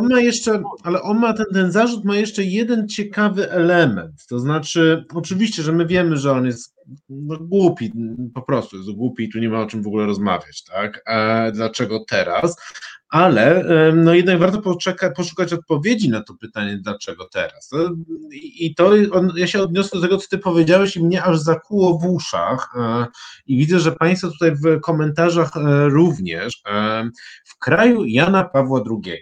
ten zarzut ma jeszcze jeden ciekawy element, to znaczy, oczywiście, że my wiemy, że on jest głupi, po prostu jest głupi i tu nie ma o czym w ogóle rozmawiać, tak? Dlaczego teraz? Ale no jednak warto poszukać odpowiedzi na to pytanie, dlaczego teraz. Ja się odniosę do tego, co ty powiedziałeś i mnie aż zakuło w uszach i widzę, że państwo tutaj w komentarzach również. W kraju Jana Pawła II.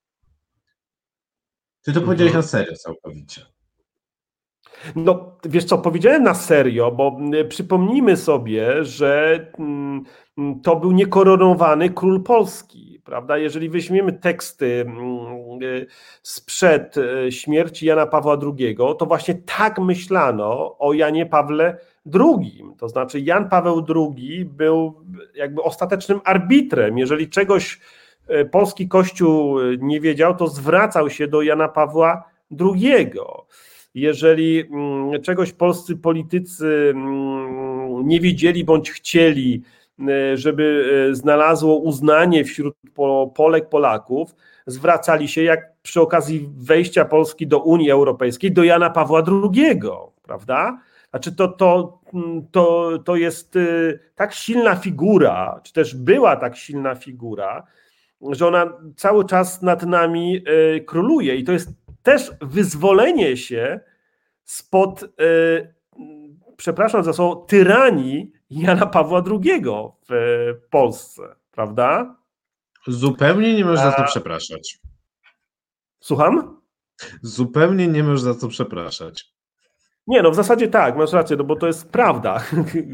Ty to powiedziałeś na serio całkowicie. No, wiesz co, powiedziałem na serio, bo przypomnijmy sobie, że to był niekoronowany król Polski, prawda? Jeżeli weźmiemy teksty sprzed śmierci Jana Pawła II, to właśnie tak myślano o Janie Pawle II. To znaczy Jan Paweł II był jakby ostatecznym arbitrem. Jeżeli czegoś polski Kościół nie wiedział, to zwracał się do Jana Pawła II. Jeżeli czegoś polscy politycy nie wiedzieli bądź chcieli, żeby znalazło uznanie wśród Polek, Polaków, zwracali się, jak przy okazji wejścia Polski do Unii Europejskiej, do Jana Pawła II, prawda? Znaczy to jest tak silna figura, czy też była tak silna figura, że ona cały czas nad nami króluje i to jest też wyzwolenie się spod, przepraszam za słowo, tyranii Jana Pawła II w Polsce, prawda? Zupełnie nie możesz za to przepraszać. Słucham? Zupełnie nie możesz za to przepraszać. Nie, no w zasadzie tak, masz rację, no bo to jest prawda.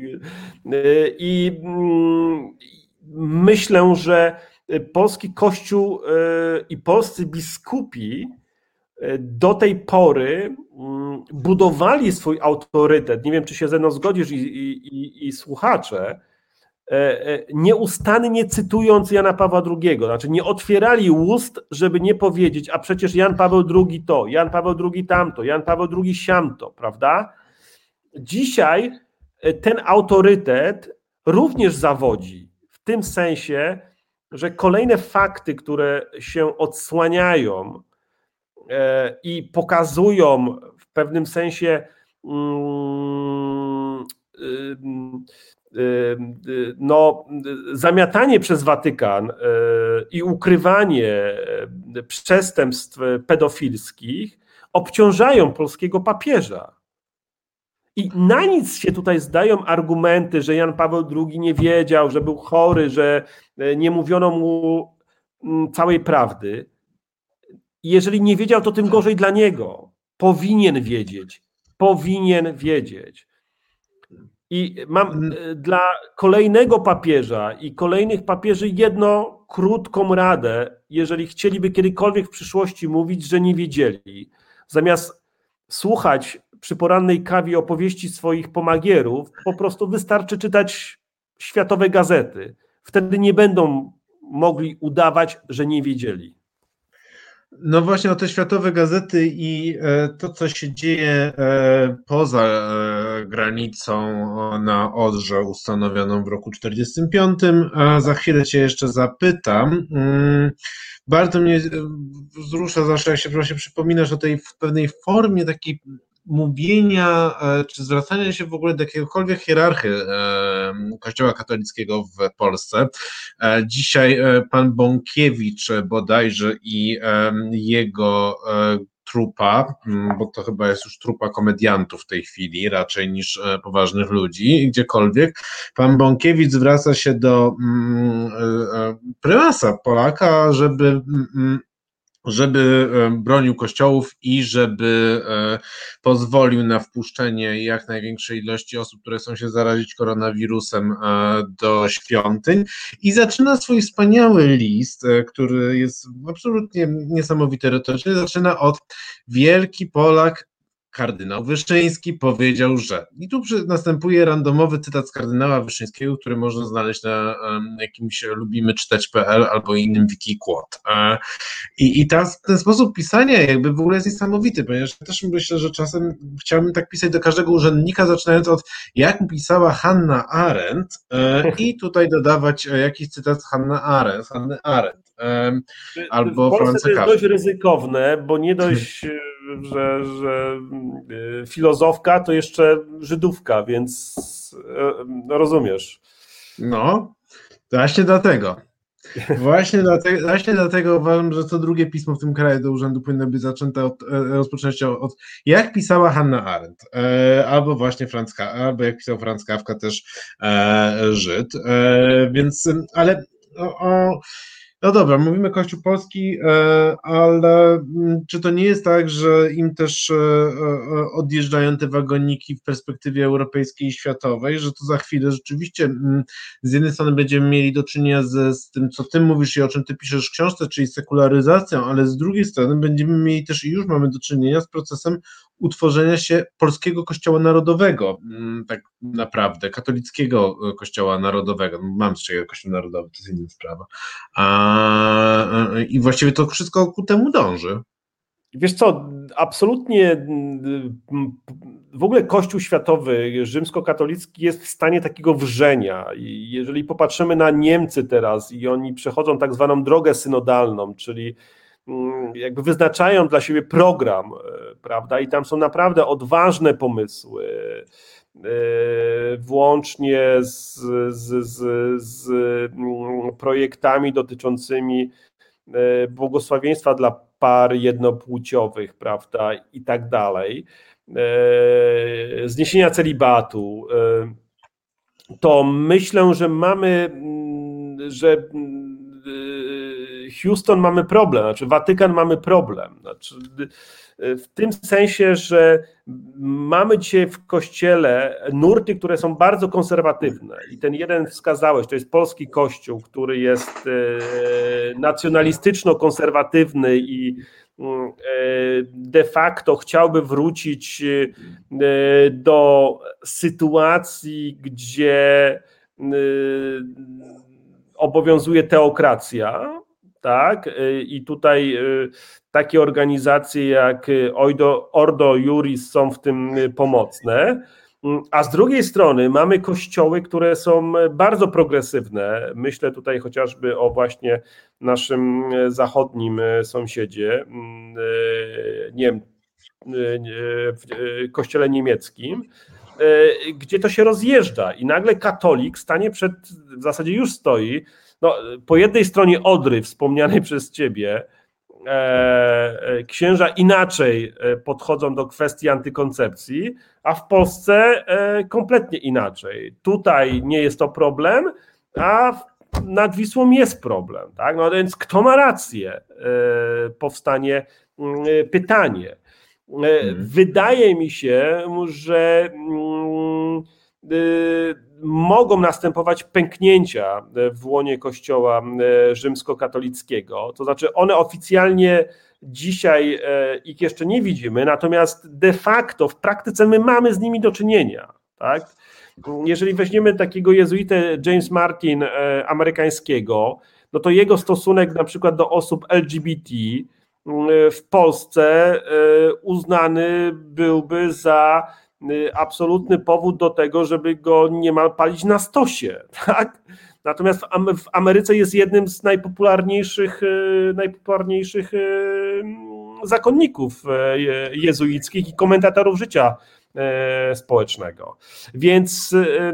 I myślę, że polski Kościół i polscy biskupi do tej pory budowali swój autorytet, nie wiem, czy się ze mną zgodzisz i słuchacze, nieustannie cytując Jana Pawła II, znaczy nie otwierali ust, żeby nie powiedzieć, a przecież Jan Paweł II to, Jan Paweł II tamto, Jan Paweł II siamto, prawda? Dzisiaj ten autorytet również zawodzi, w tym sensie, że kolejne fakty, które się odsłaniają i pokazują w pewnym sensie zamiatanie przez Watykan i ukrywanie przestępstw pedofilskich obciążają polskiego papieża. I na nic się tutaj zdają argumenty, że Jan Paweł II nie wiedział, że był chory, że nie mówiono mu całej prawdy. Jeżeli nie wiedział, to tym gorzej dla niego. Powinien wiedzieć. Powinien wiedzieć. I mam dla kolejnego papieża i kolejnych papieży jedną krótką radę, jeżeli chcieliby kiedykolwiek w przyszłości mówić, że nie wiedzieli. Zamiast słuchać przy porannej kawie opowieści swoich pomagierów, po prostu wystarczy czytać światowe gazety. Wtedy nie będą mogli udawać, że nie wiedzieli. No właśnie o te światowe gazety i to, co się dzieje poza granicą na Odrze ustanowioną w roku 1945, a za chwilę Cię jeszcze zapytam. Bardzo mnie wzrusza zawsze, jak się właśnie przypominasz o tej pewnej formie takiej mówienia, czy zwracania się w ogóle do jakiegokolwiek hierarchy Kościoła katolickiego w Polsce. Dzisiaj pan Bąkiewicz bodajże i jego trupa, bo to chyba jest już trupa komediantów w tej chwili, raczej niż poważnych ludzi, gdziekolwiek. Pan Bąkiewicz zwraca się do prymasa Polaka, żeby bronił kościołów i żeby pozwolił na wpuszczenie jak największej ilości osób, które chcą się zarazić koronawirusem, do świątyń, i zaczyna swój wspaniały list, który jest absolutnie niesamowity retorycznie. Zaczyna od: wielki Polak, kardynał Wyszyński powiedział, że... I tu następuje randomowy cytat z kardynała Wyszyńskiego, który można znaleźć na jakimś lubimyczytać.pl albo innym Wikiquote. I ten sposób pisania jakby w ogóle jest niesamowity, ponieważ ja też myślę, że czasem chciałbym tak pisać do każdego urzędnika, zaczynając od jak pisała Hannah Arendt, i tutaj dodawać jakiś cytat z Hanny Arendt. Albo w Polsce Franza to jest Kafki. dość ryzykowne, bo nie dość, że filozofka, to jeszcze Żydówka, więc no rozumiesz. No, właśnie dlatego. Właśnie dlatego uważam, że co drugie pismo w tym kraju do urzędu powinno być rozpoczęte od jak pisała Hannah Arendt, albo właśnie albo jak pisał Franz Kafka, też Żyd. Więc, ale no dobra, mówimy Kościół Polski, ale czy to nie jest tak, że im też odjeżdżają te wagoniki w perspektywie europejskiej i światowej, że to za chwilę rzeczywiście z jednej strony będziemy mieli do czynienia z tym, co ty mówisz i o czym ty piszesz w książce, czyli sekularyzacją, ale z drugiej strony będziemy mieli też i już mamy do czynienia z procesem utworzenia się polskiego kościoła narodowego, tak naprawdę, katolickiego kościoła narodowego. Mam z czego kościół narodowy, to jest inna sprawa. I właściwie to wszystko ku temu dąży. Wiesz co, absolutnie w ogóle Kościół światowy, rzymskokatolicki jest w stanie takiego wrzenia. I jeżeli popatrzymy na Niemcy teraz i oni przechodzą tak zwaną drogę synodalną, czyli jakby wyznaczają dla siebie program, prawda, i tam są naprawdę odważne pomysły, włącznie z projektami dotyczącymi błogosławieństwa dla par jednopłciowych, prawda, i tak dalej, zniesienia celibatu, to myślę, że Houston mamy problem, znaczy Watykan mamy problem. Znaczy, w tym sensie, że mamy dzisiaj w Kościele nurty, które są bardzo konserwatywne i ten jeden wskazałeś, to jest polski Kościół, który jest nacjonalistyczno-konserwatywny i de facto chciałby wrócić do sytuacji, gdzie obowiązuje teokracja, tak? I tutaj takie organizacje jak Ordo Iuris są w tym pomocne, a z drugiej strony mamy kościoły, które są bardzo progresywne. Myślę tutaj chociażby o właśnie naszym zachodnim sąsiedzie, w kościele niemieckim, gdzie to się rozjeżdża i nagle katolik stanie w zasadzie już stoi, no, po jednej stronie Odry wspomnianej przez ciebie, księża inaczej podchodzą do kwestii antykoncepcji, a w Polsce kompletnie inaczej. Tutaj nie jest to problem, a nad Wisłą jest problem. Tak? No więc kto ma rację? Powstanie pytanie. Wydaje mi się, że mogą następować pęknięcia w łonie Kościoła rzymskokatolickiego, to znaczy one oficjalnie dzisiaj ich jeszcze nie widzimy, natomiast de facto w praktyce my mamy z nimi do czynienia. Tak? Jeżeli weźmiemy takiego jezuitę James Martin amerykańskiego, no to jego stosunek na przykład do osób LGBT w Polsce uznany byłby za absolutny powód do tego, żeby go niemal palić na stosie, tak? Natomiast w Ameryce jest jednym z najpopularniejszych zakonników jezuickich i komentatorów życia społecznego. Więc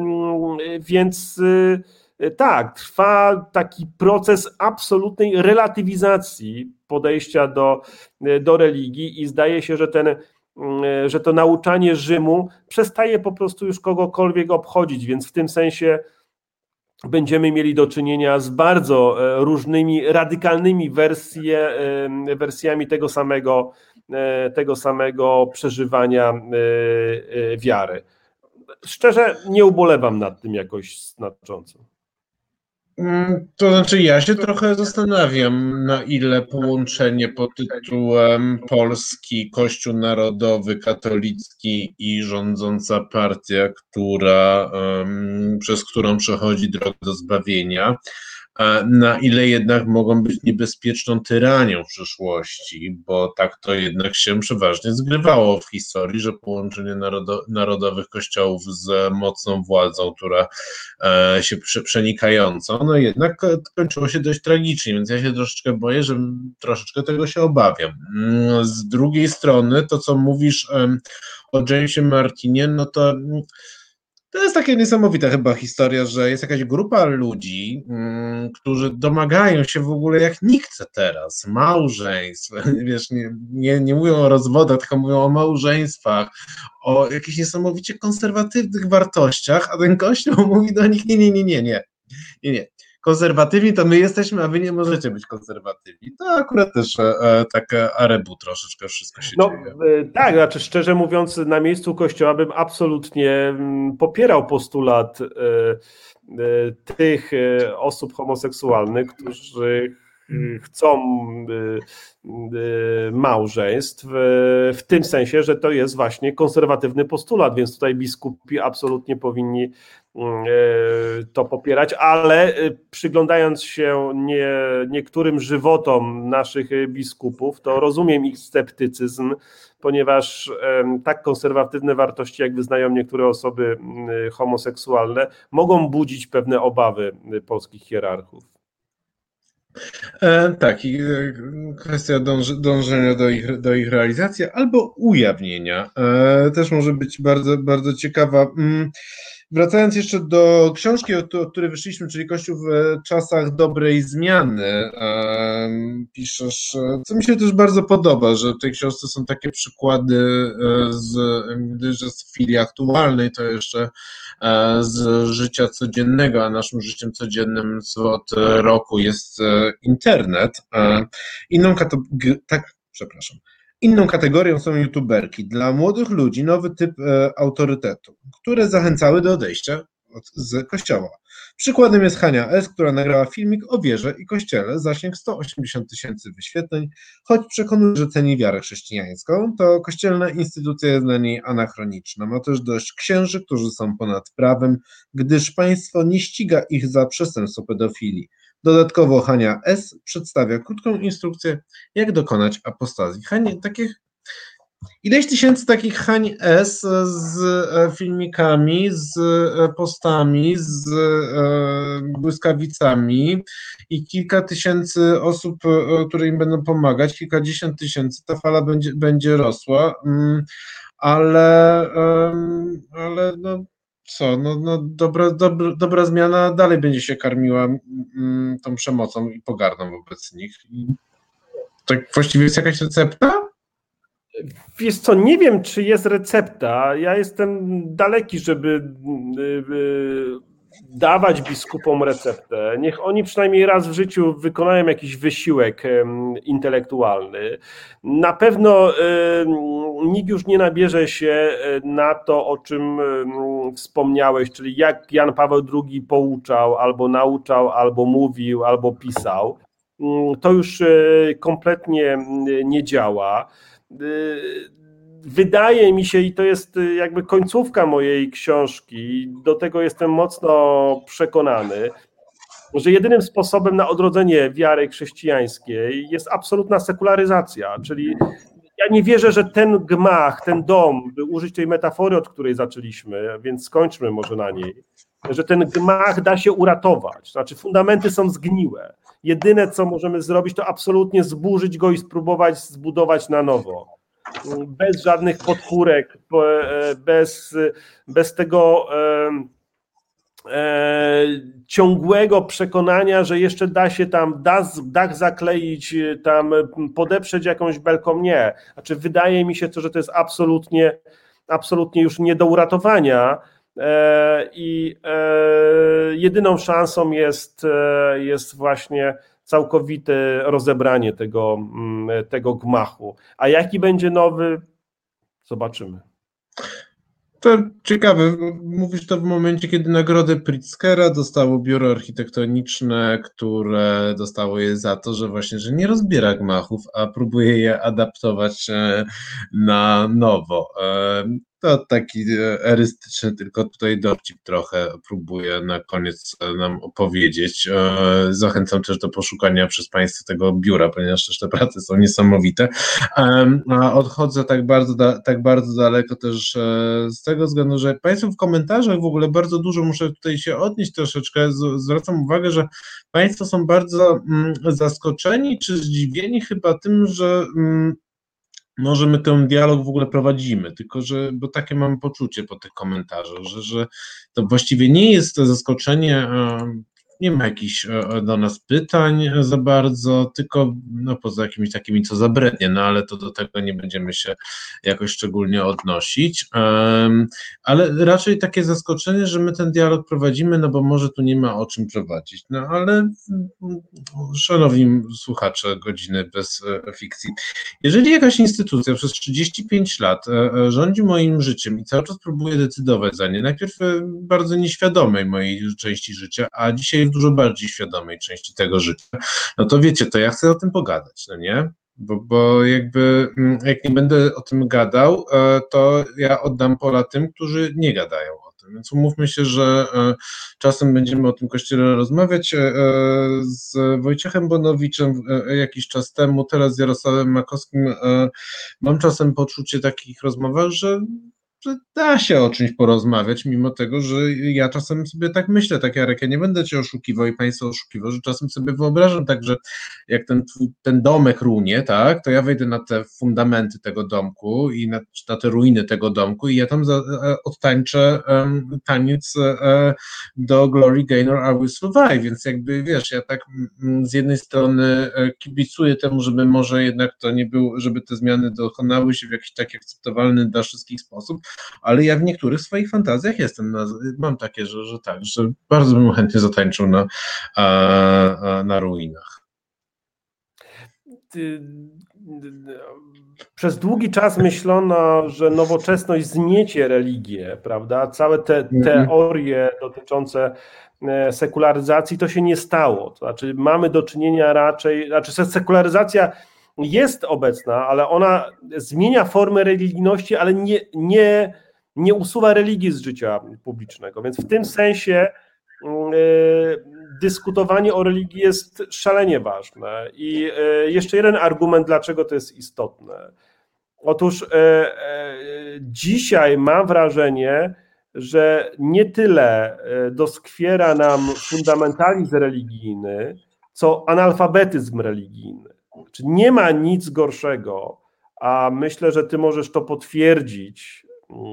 tak, trwa taki proces absolutnej relatywizacji podejścia do religii i zdaje się, że to nauczanie Rzymu przestaje po prostu już kogokolwiek obchodzić, więc w tym sensie będziemy mieli do czynienia z bardzo różnymi, radykalnymi wersjami tego samego przeżywania wiary. Szczerze nie ubolewam nad tym jakoś znacząco. To znaczy, ja się trochę zastanawiam, na ile połączenie pod tytułem Polski, Kościół Narodowy, Katolicki i rządząca partia, przez którą przechodzi droga do zbawienia, na ile jednak mogą być niebezpieczną tyranią w przyszłości, bo tak to jednak się przeważnie zgrywało w historii, że połączenie narodowych kościołów z mocną władzą, która się przenikającą, no jednak kończyło się dość tragicznie, więc ja się troszeczkę boję, że troszeczkę tego się obawiam. Z drugiej strony to, co mówisz o Jamesie Martinie, no to jest taka niesamowita chyba historia, że jest jakaś grupa ludzi, którzy domagają się w ogóle jak nikt teraz małżeństw, wiesz, nie mówią o rozwodach, tylko mówią o małżeństwach, o jakichś niesamowicie konserwatywnych wartościach, a ten Kościół mówi do nich nie. Konserwatywni to my jesteśmy, a wy nie możecie być konserwatywni. To akurat też taka arebu troszeczkę wszystko się dzieje. Tak, znaczy szczerze mówiąc, na miejscu Kościoła bym absolutnie popierał postulat tych osób homoseksualnych, którzy chcą małżeństw, w tym sensie, że to jest właśnie konserwatywny postulat, więc tutaj biskupi absolutnie powinni to popierać, ale przyglądając się niektórym żywotom naszych biskupów, to rozumiem ich sceptycyzm, ponieważ tak konserwatywne wartości, jak wyznają niektóre osoby homoseksualne, mogą budzić pewne obawy polskich hierarchów. Tak, i kwestia dążenia do ich realizacji albo ujawnienia też może być bardzo, bardzo ciekawa. Wracając jeszcze do książki, o której wyszliśmy, czyli Kościół w czasach dobrej zmiany, piszesz, co mi się też bardzo podoba, że w tej książce są takie przykłady że z chwili aktualnej, to jeszcze z życia codziennego, a naszym życiem codziennym od roku jest internet. Inną kategorią są youtuberki. Dla młodych ludzi nowy typ autorytetu, które zachęcały do odejścia z kościoła. Przykładem jest Hania S., która nagrała filmik o wierze i kościele, zasięg 180 000 wyświetleń, choć przekonuje, że ceni wiarę chrześcijańską, to kościelna instytucja jest dla niej anachroniczna. Ma też dość księży, którzy są ponad prawem, gdyż państwo nie ściga ich za przestępstwo pedofilii. Dodatkowo Hania S. przedstawia krótką instrukcję, jak dokonać apostazji. Ileś tysięcy takich Hań S. z filmikami, z postami, z błyskawicami i kilka tysięcy osób, które im będą pomagać, kilkadziesiąt tysięcy, ta fala będzie rosła, ale no co, dobra zmiana dalej będzie się karmiła tą przemocą i pogardą wobec nich. Tak właściwie jest jakaś recepta? Wiesz co, nie wiem, czy jest recepta. Ja jestem daleki, żeby dawać biskupom receptę. Niech oni przynajmniej raz w życiu wykonają jakiś wysiłek intelektualny. Na pewno nikt już nie nabierze się na to, o czym wspomniałeś, czyli jak Jan Paweł II pouczał, albo nauczał, albo mówił, albo pisał. To już kompletnie nie działa. Wydaje mi się, i to jest jakby końcówka mojej książki, do tego jestem mocno przekonany, że jedynym sposobem na odrodzenie wiary chrześcijańskiej jest absolutna sekularyzacja, czyli ja nie wierzę, że ten gmach, ten dom, by użyć tej metafory, od której zaczęliśmy, więc skończmy może na niej, że ten gmach da się uratować, znaczy fundamenty są zgniłe. Jedyne, co możemy zrobić, to absolutnie zburzyć go i spróbować zbudować na nowo. Bez żadnych podpórek, bez tego ciągłego przekonania, że jeszcze da się tam dach zakleić, tam podeprzeć jakąś belką. Nie. Znaczy wydaje mi się, że to jest absolutnie już nie do uratowania i jedyną szansą jest właśnie całkowite rozebranie tego gmachu. A jaki będzie nowy? Zobaczymy. To ciekawe, mówisz to w momencie, kiedy nagrodę Pritzkera dostało biuro architektoniczne, które dostało je za to, że właśnie, że nie rozbiera gmachów, a próbuje je adaptować na nowo. To taki erystyczny, tylko tutaj dowcip trochę próbuję na koniec nam opowiedzieć. Zachęcam też do poszukania przez Państwa tego biura, ponieważ też te prace są niesamowite. A odchodzę tak bardzo daleko też z tego względu, że Państwo w komentarzach w ogóle bardzo dużo, muszę tutaj się odnieść troszeczkę, zwracam uwagę, że Państwo są bardzo zaskoczeni czy zdziwieni chyba tym, że może my ten dialog w ogóle prowadzimy, tylko że, bo takie mam poczucie po tych komentarzach, że to właściwie nie jest to zaskoczenie, nie ma jakichś do nas pytań za bardzo, tylko no, poza jakimiś takimi, co zabrednie, no ale to do tego nie będziemy się jakoś szczególnie odnosić, ale raczej takie zaskoczenie, że my ten dialog prowadzimy, no bo może tu nie ma o czym prowadzić, no ale szanowni słuchacze Godziny bez fikcji, jeżeli jakaś instytucja przez 35 lat rządzi moim życiem i cały czas próbuje decydować za nie, najpierw bardzo nieświadomej mojej części życia, a dzisiaj w dużo bardziej świadomej części tego życia, no to wiecie, to ja chcę o tym pogadać, no nie? Bo jakby jak nie będę o tym gadał, to ja oddam pola tym, którzy nie gadają o tym. Więc umówmy się, że czasem będziemy o tym kościele rozmawiać z Wojciechem Bonowiczem jakiś czas temu, teraz z Jarosławem Makowskim. Mam czasem poczucie takich rozmowach, że da się o czymś porozmawiać, mimo tego, że ja czasem sobie tak myślę, tak Jarek, ja nie będę cię oszukiwał i państwo oszukiwał, że czasem sobie wyobrażam tak, że jak ten domek runie, tak, to ja wejdę na te fundamenty tego domku i na te ruiny tego domku i ja tam odtańczę taniec do Glory Gaynor I Will Survive, więc jakby wiesz, ja tak z jednej strony kibicuję temu, żeby może jednak to nie było, żeby te zmiany dokonały się w jakiś taki akceptowalny dla wszystkich sposób, ale ja w niektórych swoich fantazjach mam takie, że tak, że bardzo bym chętnie zatańczył na ruinach. Przez długi czas myślono, że nowoczesność zmiecie religię, prawda? Całe te teorie dotyczące sekularyzacji, to się nie stało. To znaczy mamy do czynienia raczej, sekularyzacja jest obecna, ale ona zmienia formę religijności, ale nie usuwa religii z życia publicznego. Więc w tym sensie dyskutowanie o religii jest szalenie ważne. I jeszcze jeden argument, dlaczego to jest istotne. Otóż dzisiaj mam wrażenie, że nie tyle doskwiera nam fundamentalizm religijny, co analfabetyzm religijny. Czyli nie ma nic gorszego, a myślę, że ty możesz to potwierdzić,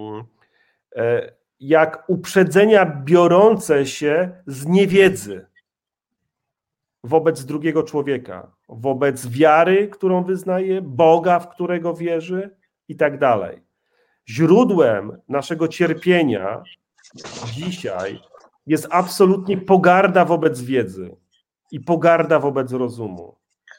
jak uprzedzenia biorące się z niewiedzy wobec drugiego człowieka, wobec wiary, którą wyznaje, Boga, w którego wierzy i tak dalej. Źródłem naszego cierpienia dzisiaj jest absolutnie pogarda wobec wiedzy i pogarda wobec rozumu.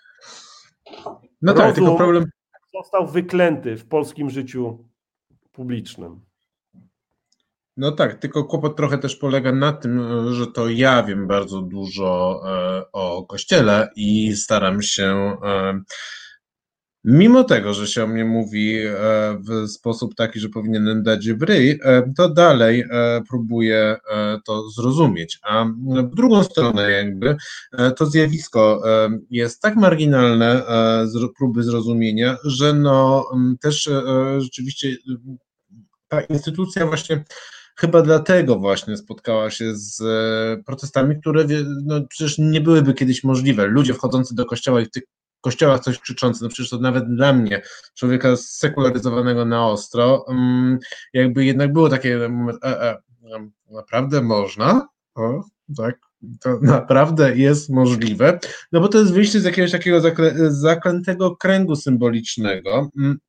No tak, tylko problem został wyklęty w polskim życiu publicznym. No tak, tylko kłopot trochę też polega na tym, że to ja wiem bardzo dużo o Kościele i staram się Mimo tego, że się o mnie mówi w sposób taki, że powinienem dać w ryj, to dalej próbuję to zrozumieć. A w drugą stronę jakby to zjawisko jest tak marginalne próby zrozumienia, że no też rzeczywiście ta instytucja właśnie chyba dlatego właśnie spotkała się z protestami, które no, przecież nie byłyby kiedyś możliwe. Ludzie wchodzący do kościoła i w tych kościołach coś krzyczący, no przecież to nawet dla mnie, człowieka sekularyzowanego na ostro, jakby jednak było takie moment, naprawdę można? O, tak, to naprawdę jest możliwe, no bo to jest wyjście z jakiegoś takiego zaklętego kręgu symbolicznego.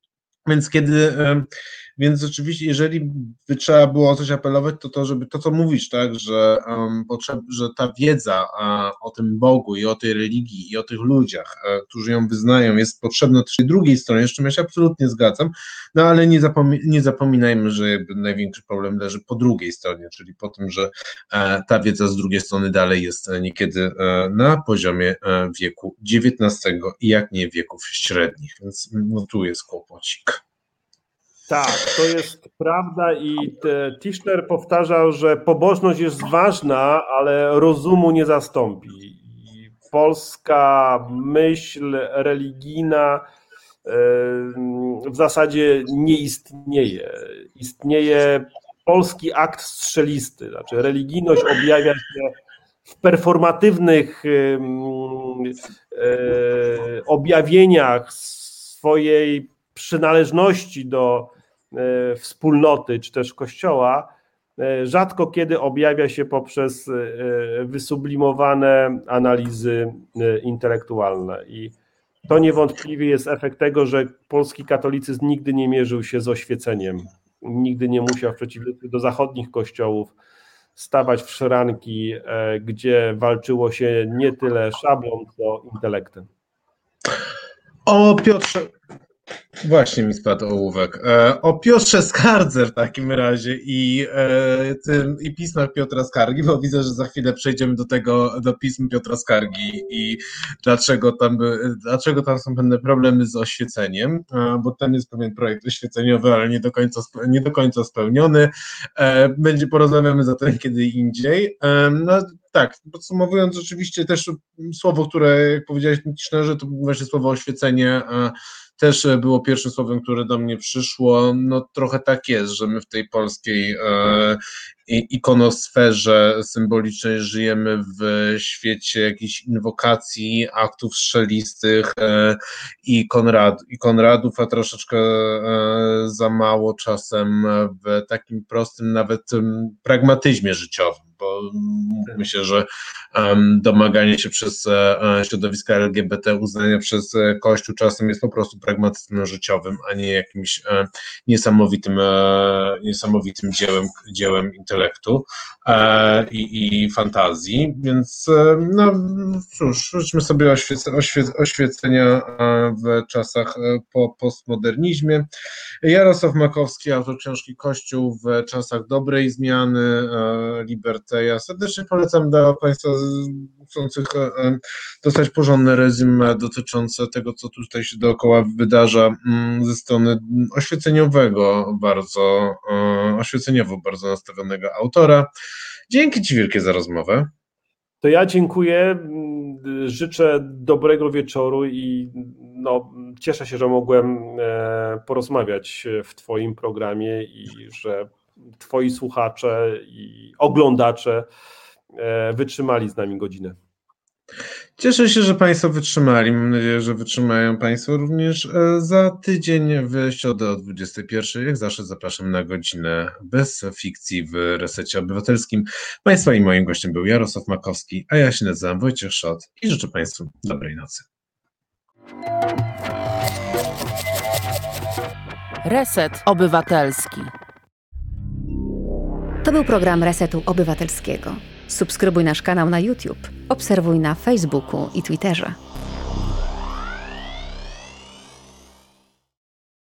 Więc oczywiście, jeżeli by trzeba było o coś apelować, to żeby to, co mówisz, tak, że ta wiedza o tym Bogu i o tej religii i o tych ludziach, którzy ją wyznają, jest potrzebna też tej drugiej stronie, z czym ja się absolutnie zgadzam, no ale nie zapominajmy, że jakby największy problem leży po drugiej stronie, czyli po tym, że ta wiedza z drugiej strony dalej jest niekiedy na poziomie wieku XIX i jak nie wieków średnich, więc no tu jest kłopocik. Tak, to jest prawda i Tischner powtarzał, że pobożność jest ważna, ale rozumu nie zastąpi. I polska myśl religijna w zasadzie nie istnieje. Istnieje polski akt strzelisty, znaczy religijność objawia się w performatywnych objawieniach swojej przynależności do wspólnoty czy też kościoła, rzadko kiedy objawia się poprzez wysublimowane analizy intelektualne. I to niewątpliwie jest efekt tego, że polski katolicyzm nigdy nie mierzył się z oświeceniem. Nigdy nie musiał w przeciwieństwie do zachodnich kościołów stawać w szranki, gdzie walczyło się nie tyle szablą, co intelektem. O Piotrze, właśnie mi spadł ołówek. O Piotrze Skardze w takim razie i pismach Piotra Skargi, bo widzę, że za chwilę przejdziemy do pism Piotra Skargi i dlaczego tam są pewne problemy z oświeceniem, bo tam jest pewien projekt oświeceniowy, ale nie do końca spełniony. Porozmawiamy zatem kiedy indziej. No, tak, podsumowując, rzeczywiście też słowo, które, jak powiedziałeś, Tischnerze, to właśnie słowo oświecenie też było pierwszym słowem, które do mnie przyszło. No trochę tak jest, że my w tej polskiej ikonosferze symbolicznej żyjemy w świecie jakichś inwokacji, aktów strzelistych i Konradów, a troszeczkę za mało czasem w takim prostym nawet pragmatyzmie życiowym, bo myślę, że domaganie się przez środowiska LGBT, uznania przez Kościół czasem jest po prostu pragmatyzmem życiowym, a nie jakimś niesamowitym dziełem intelektu i fantazji, więc no cóż, życzmy sobie oświecenia w czasach po postmodernizmie. Jarosław Makowski, autor książki Kościół w czasach dobrej zmiany, Liberteja. Serdecznie polecam dla Państwa chcących dostać porządne resume dotyczące tego, co tutaj się dookoła wydarza ze strony oświeceniowo bardzo nastawionego autora. Dzięki Ci wielkie za rozmowę. To ja dziękuję, życzę dobrego wieczoru i no, cieszę się, że mogłem porozmawiać w Twoim programie i że Twoi słuchacze i oglądacze wytrzymali z nami godzinę. Cieszę się, że Państwo wytrzymali. Mam nadzieję, że wytrzymają Państwo również za tydzień w środę o 21:00. Jak zawsze zapraszam na godzinę bez fikcji w Resecie Obywatelskim. Państwa i moim gościem był Jarosław Makowski, a ja się nazywam Wojciech Szot i życzę Państwu dobrej nocy. Reset Obywatelski. To był program Resetu Obywatelskiego. Subskrybuj nasz kanał na YouTube, obserwuj na Facebooku i Twitterze.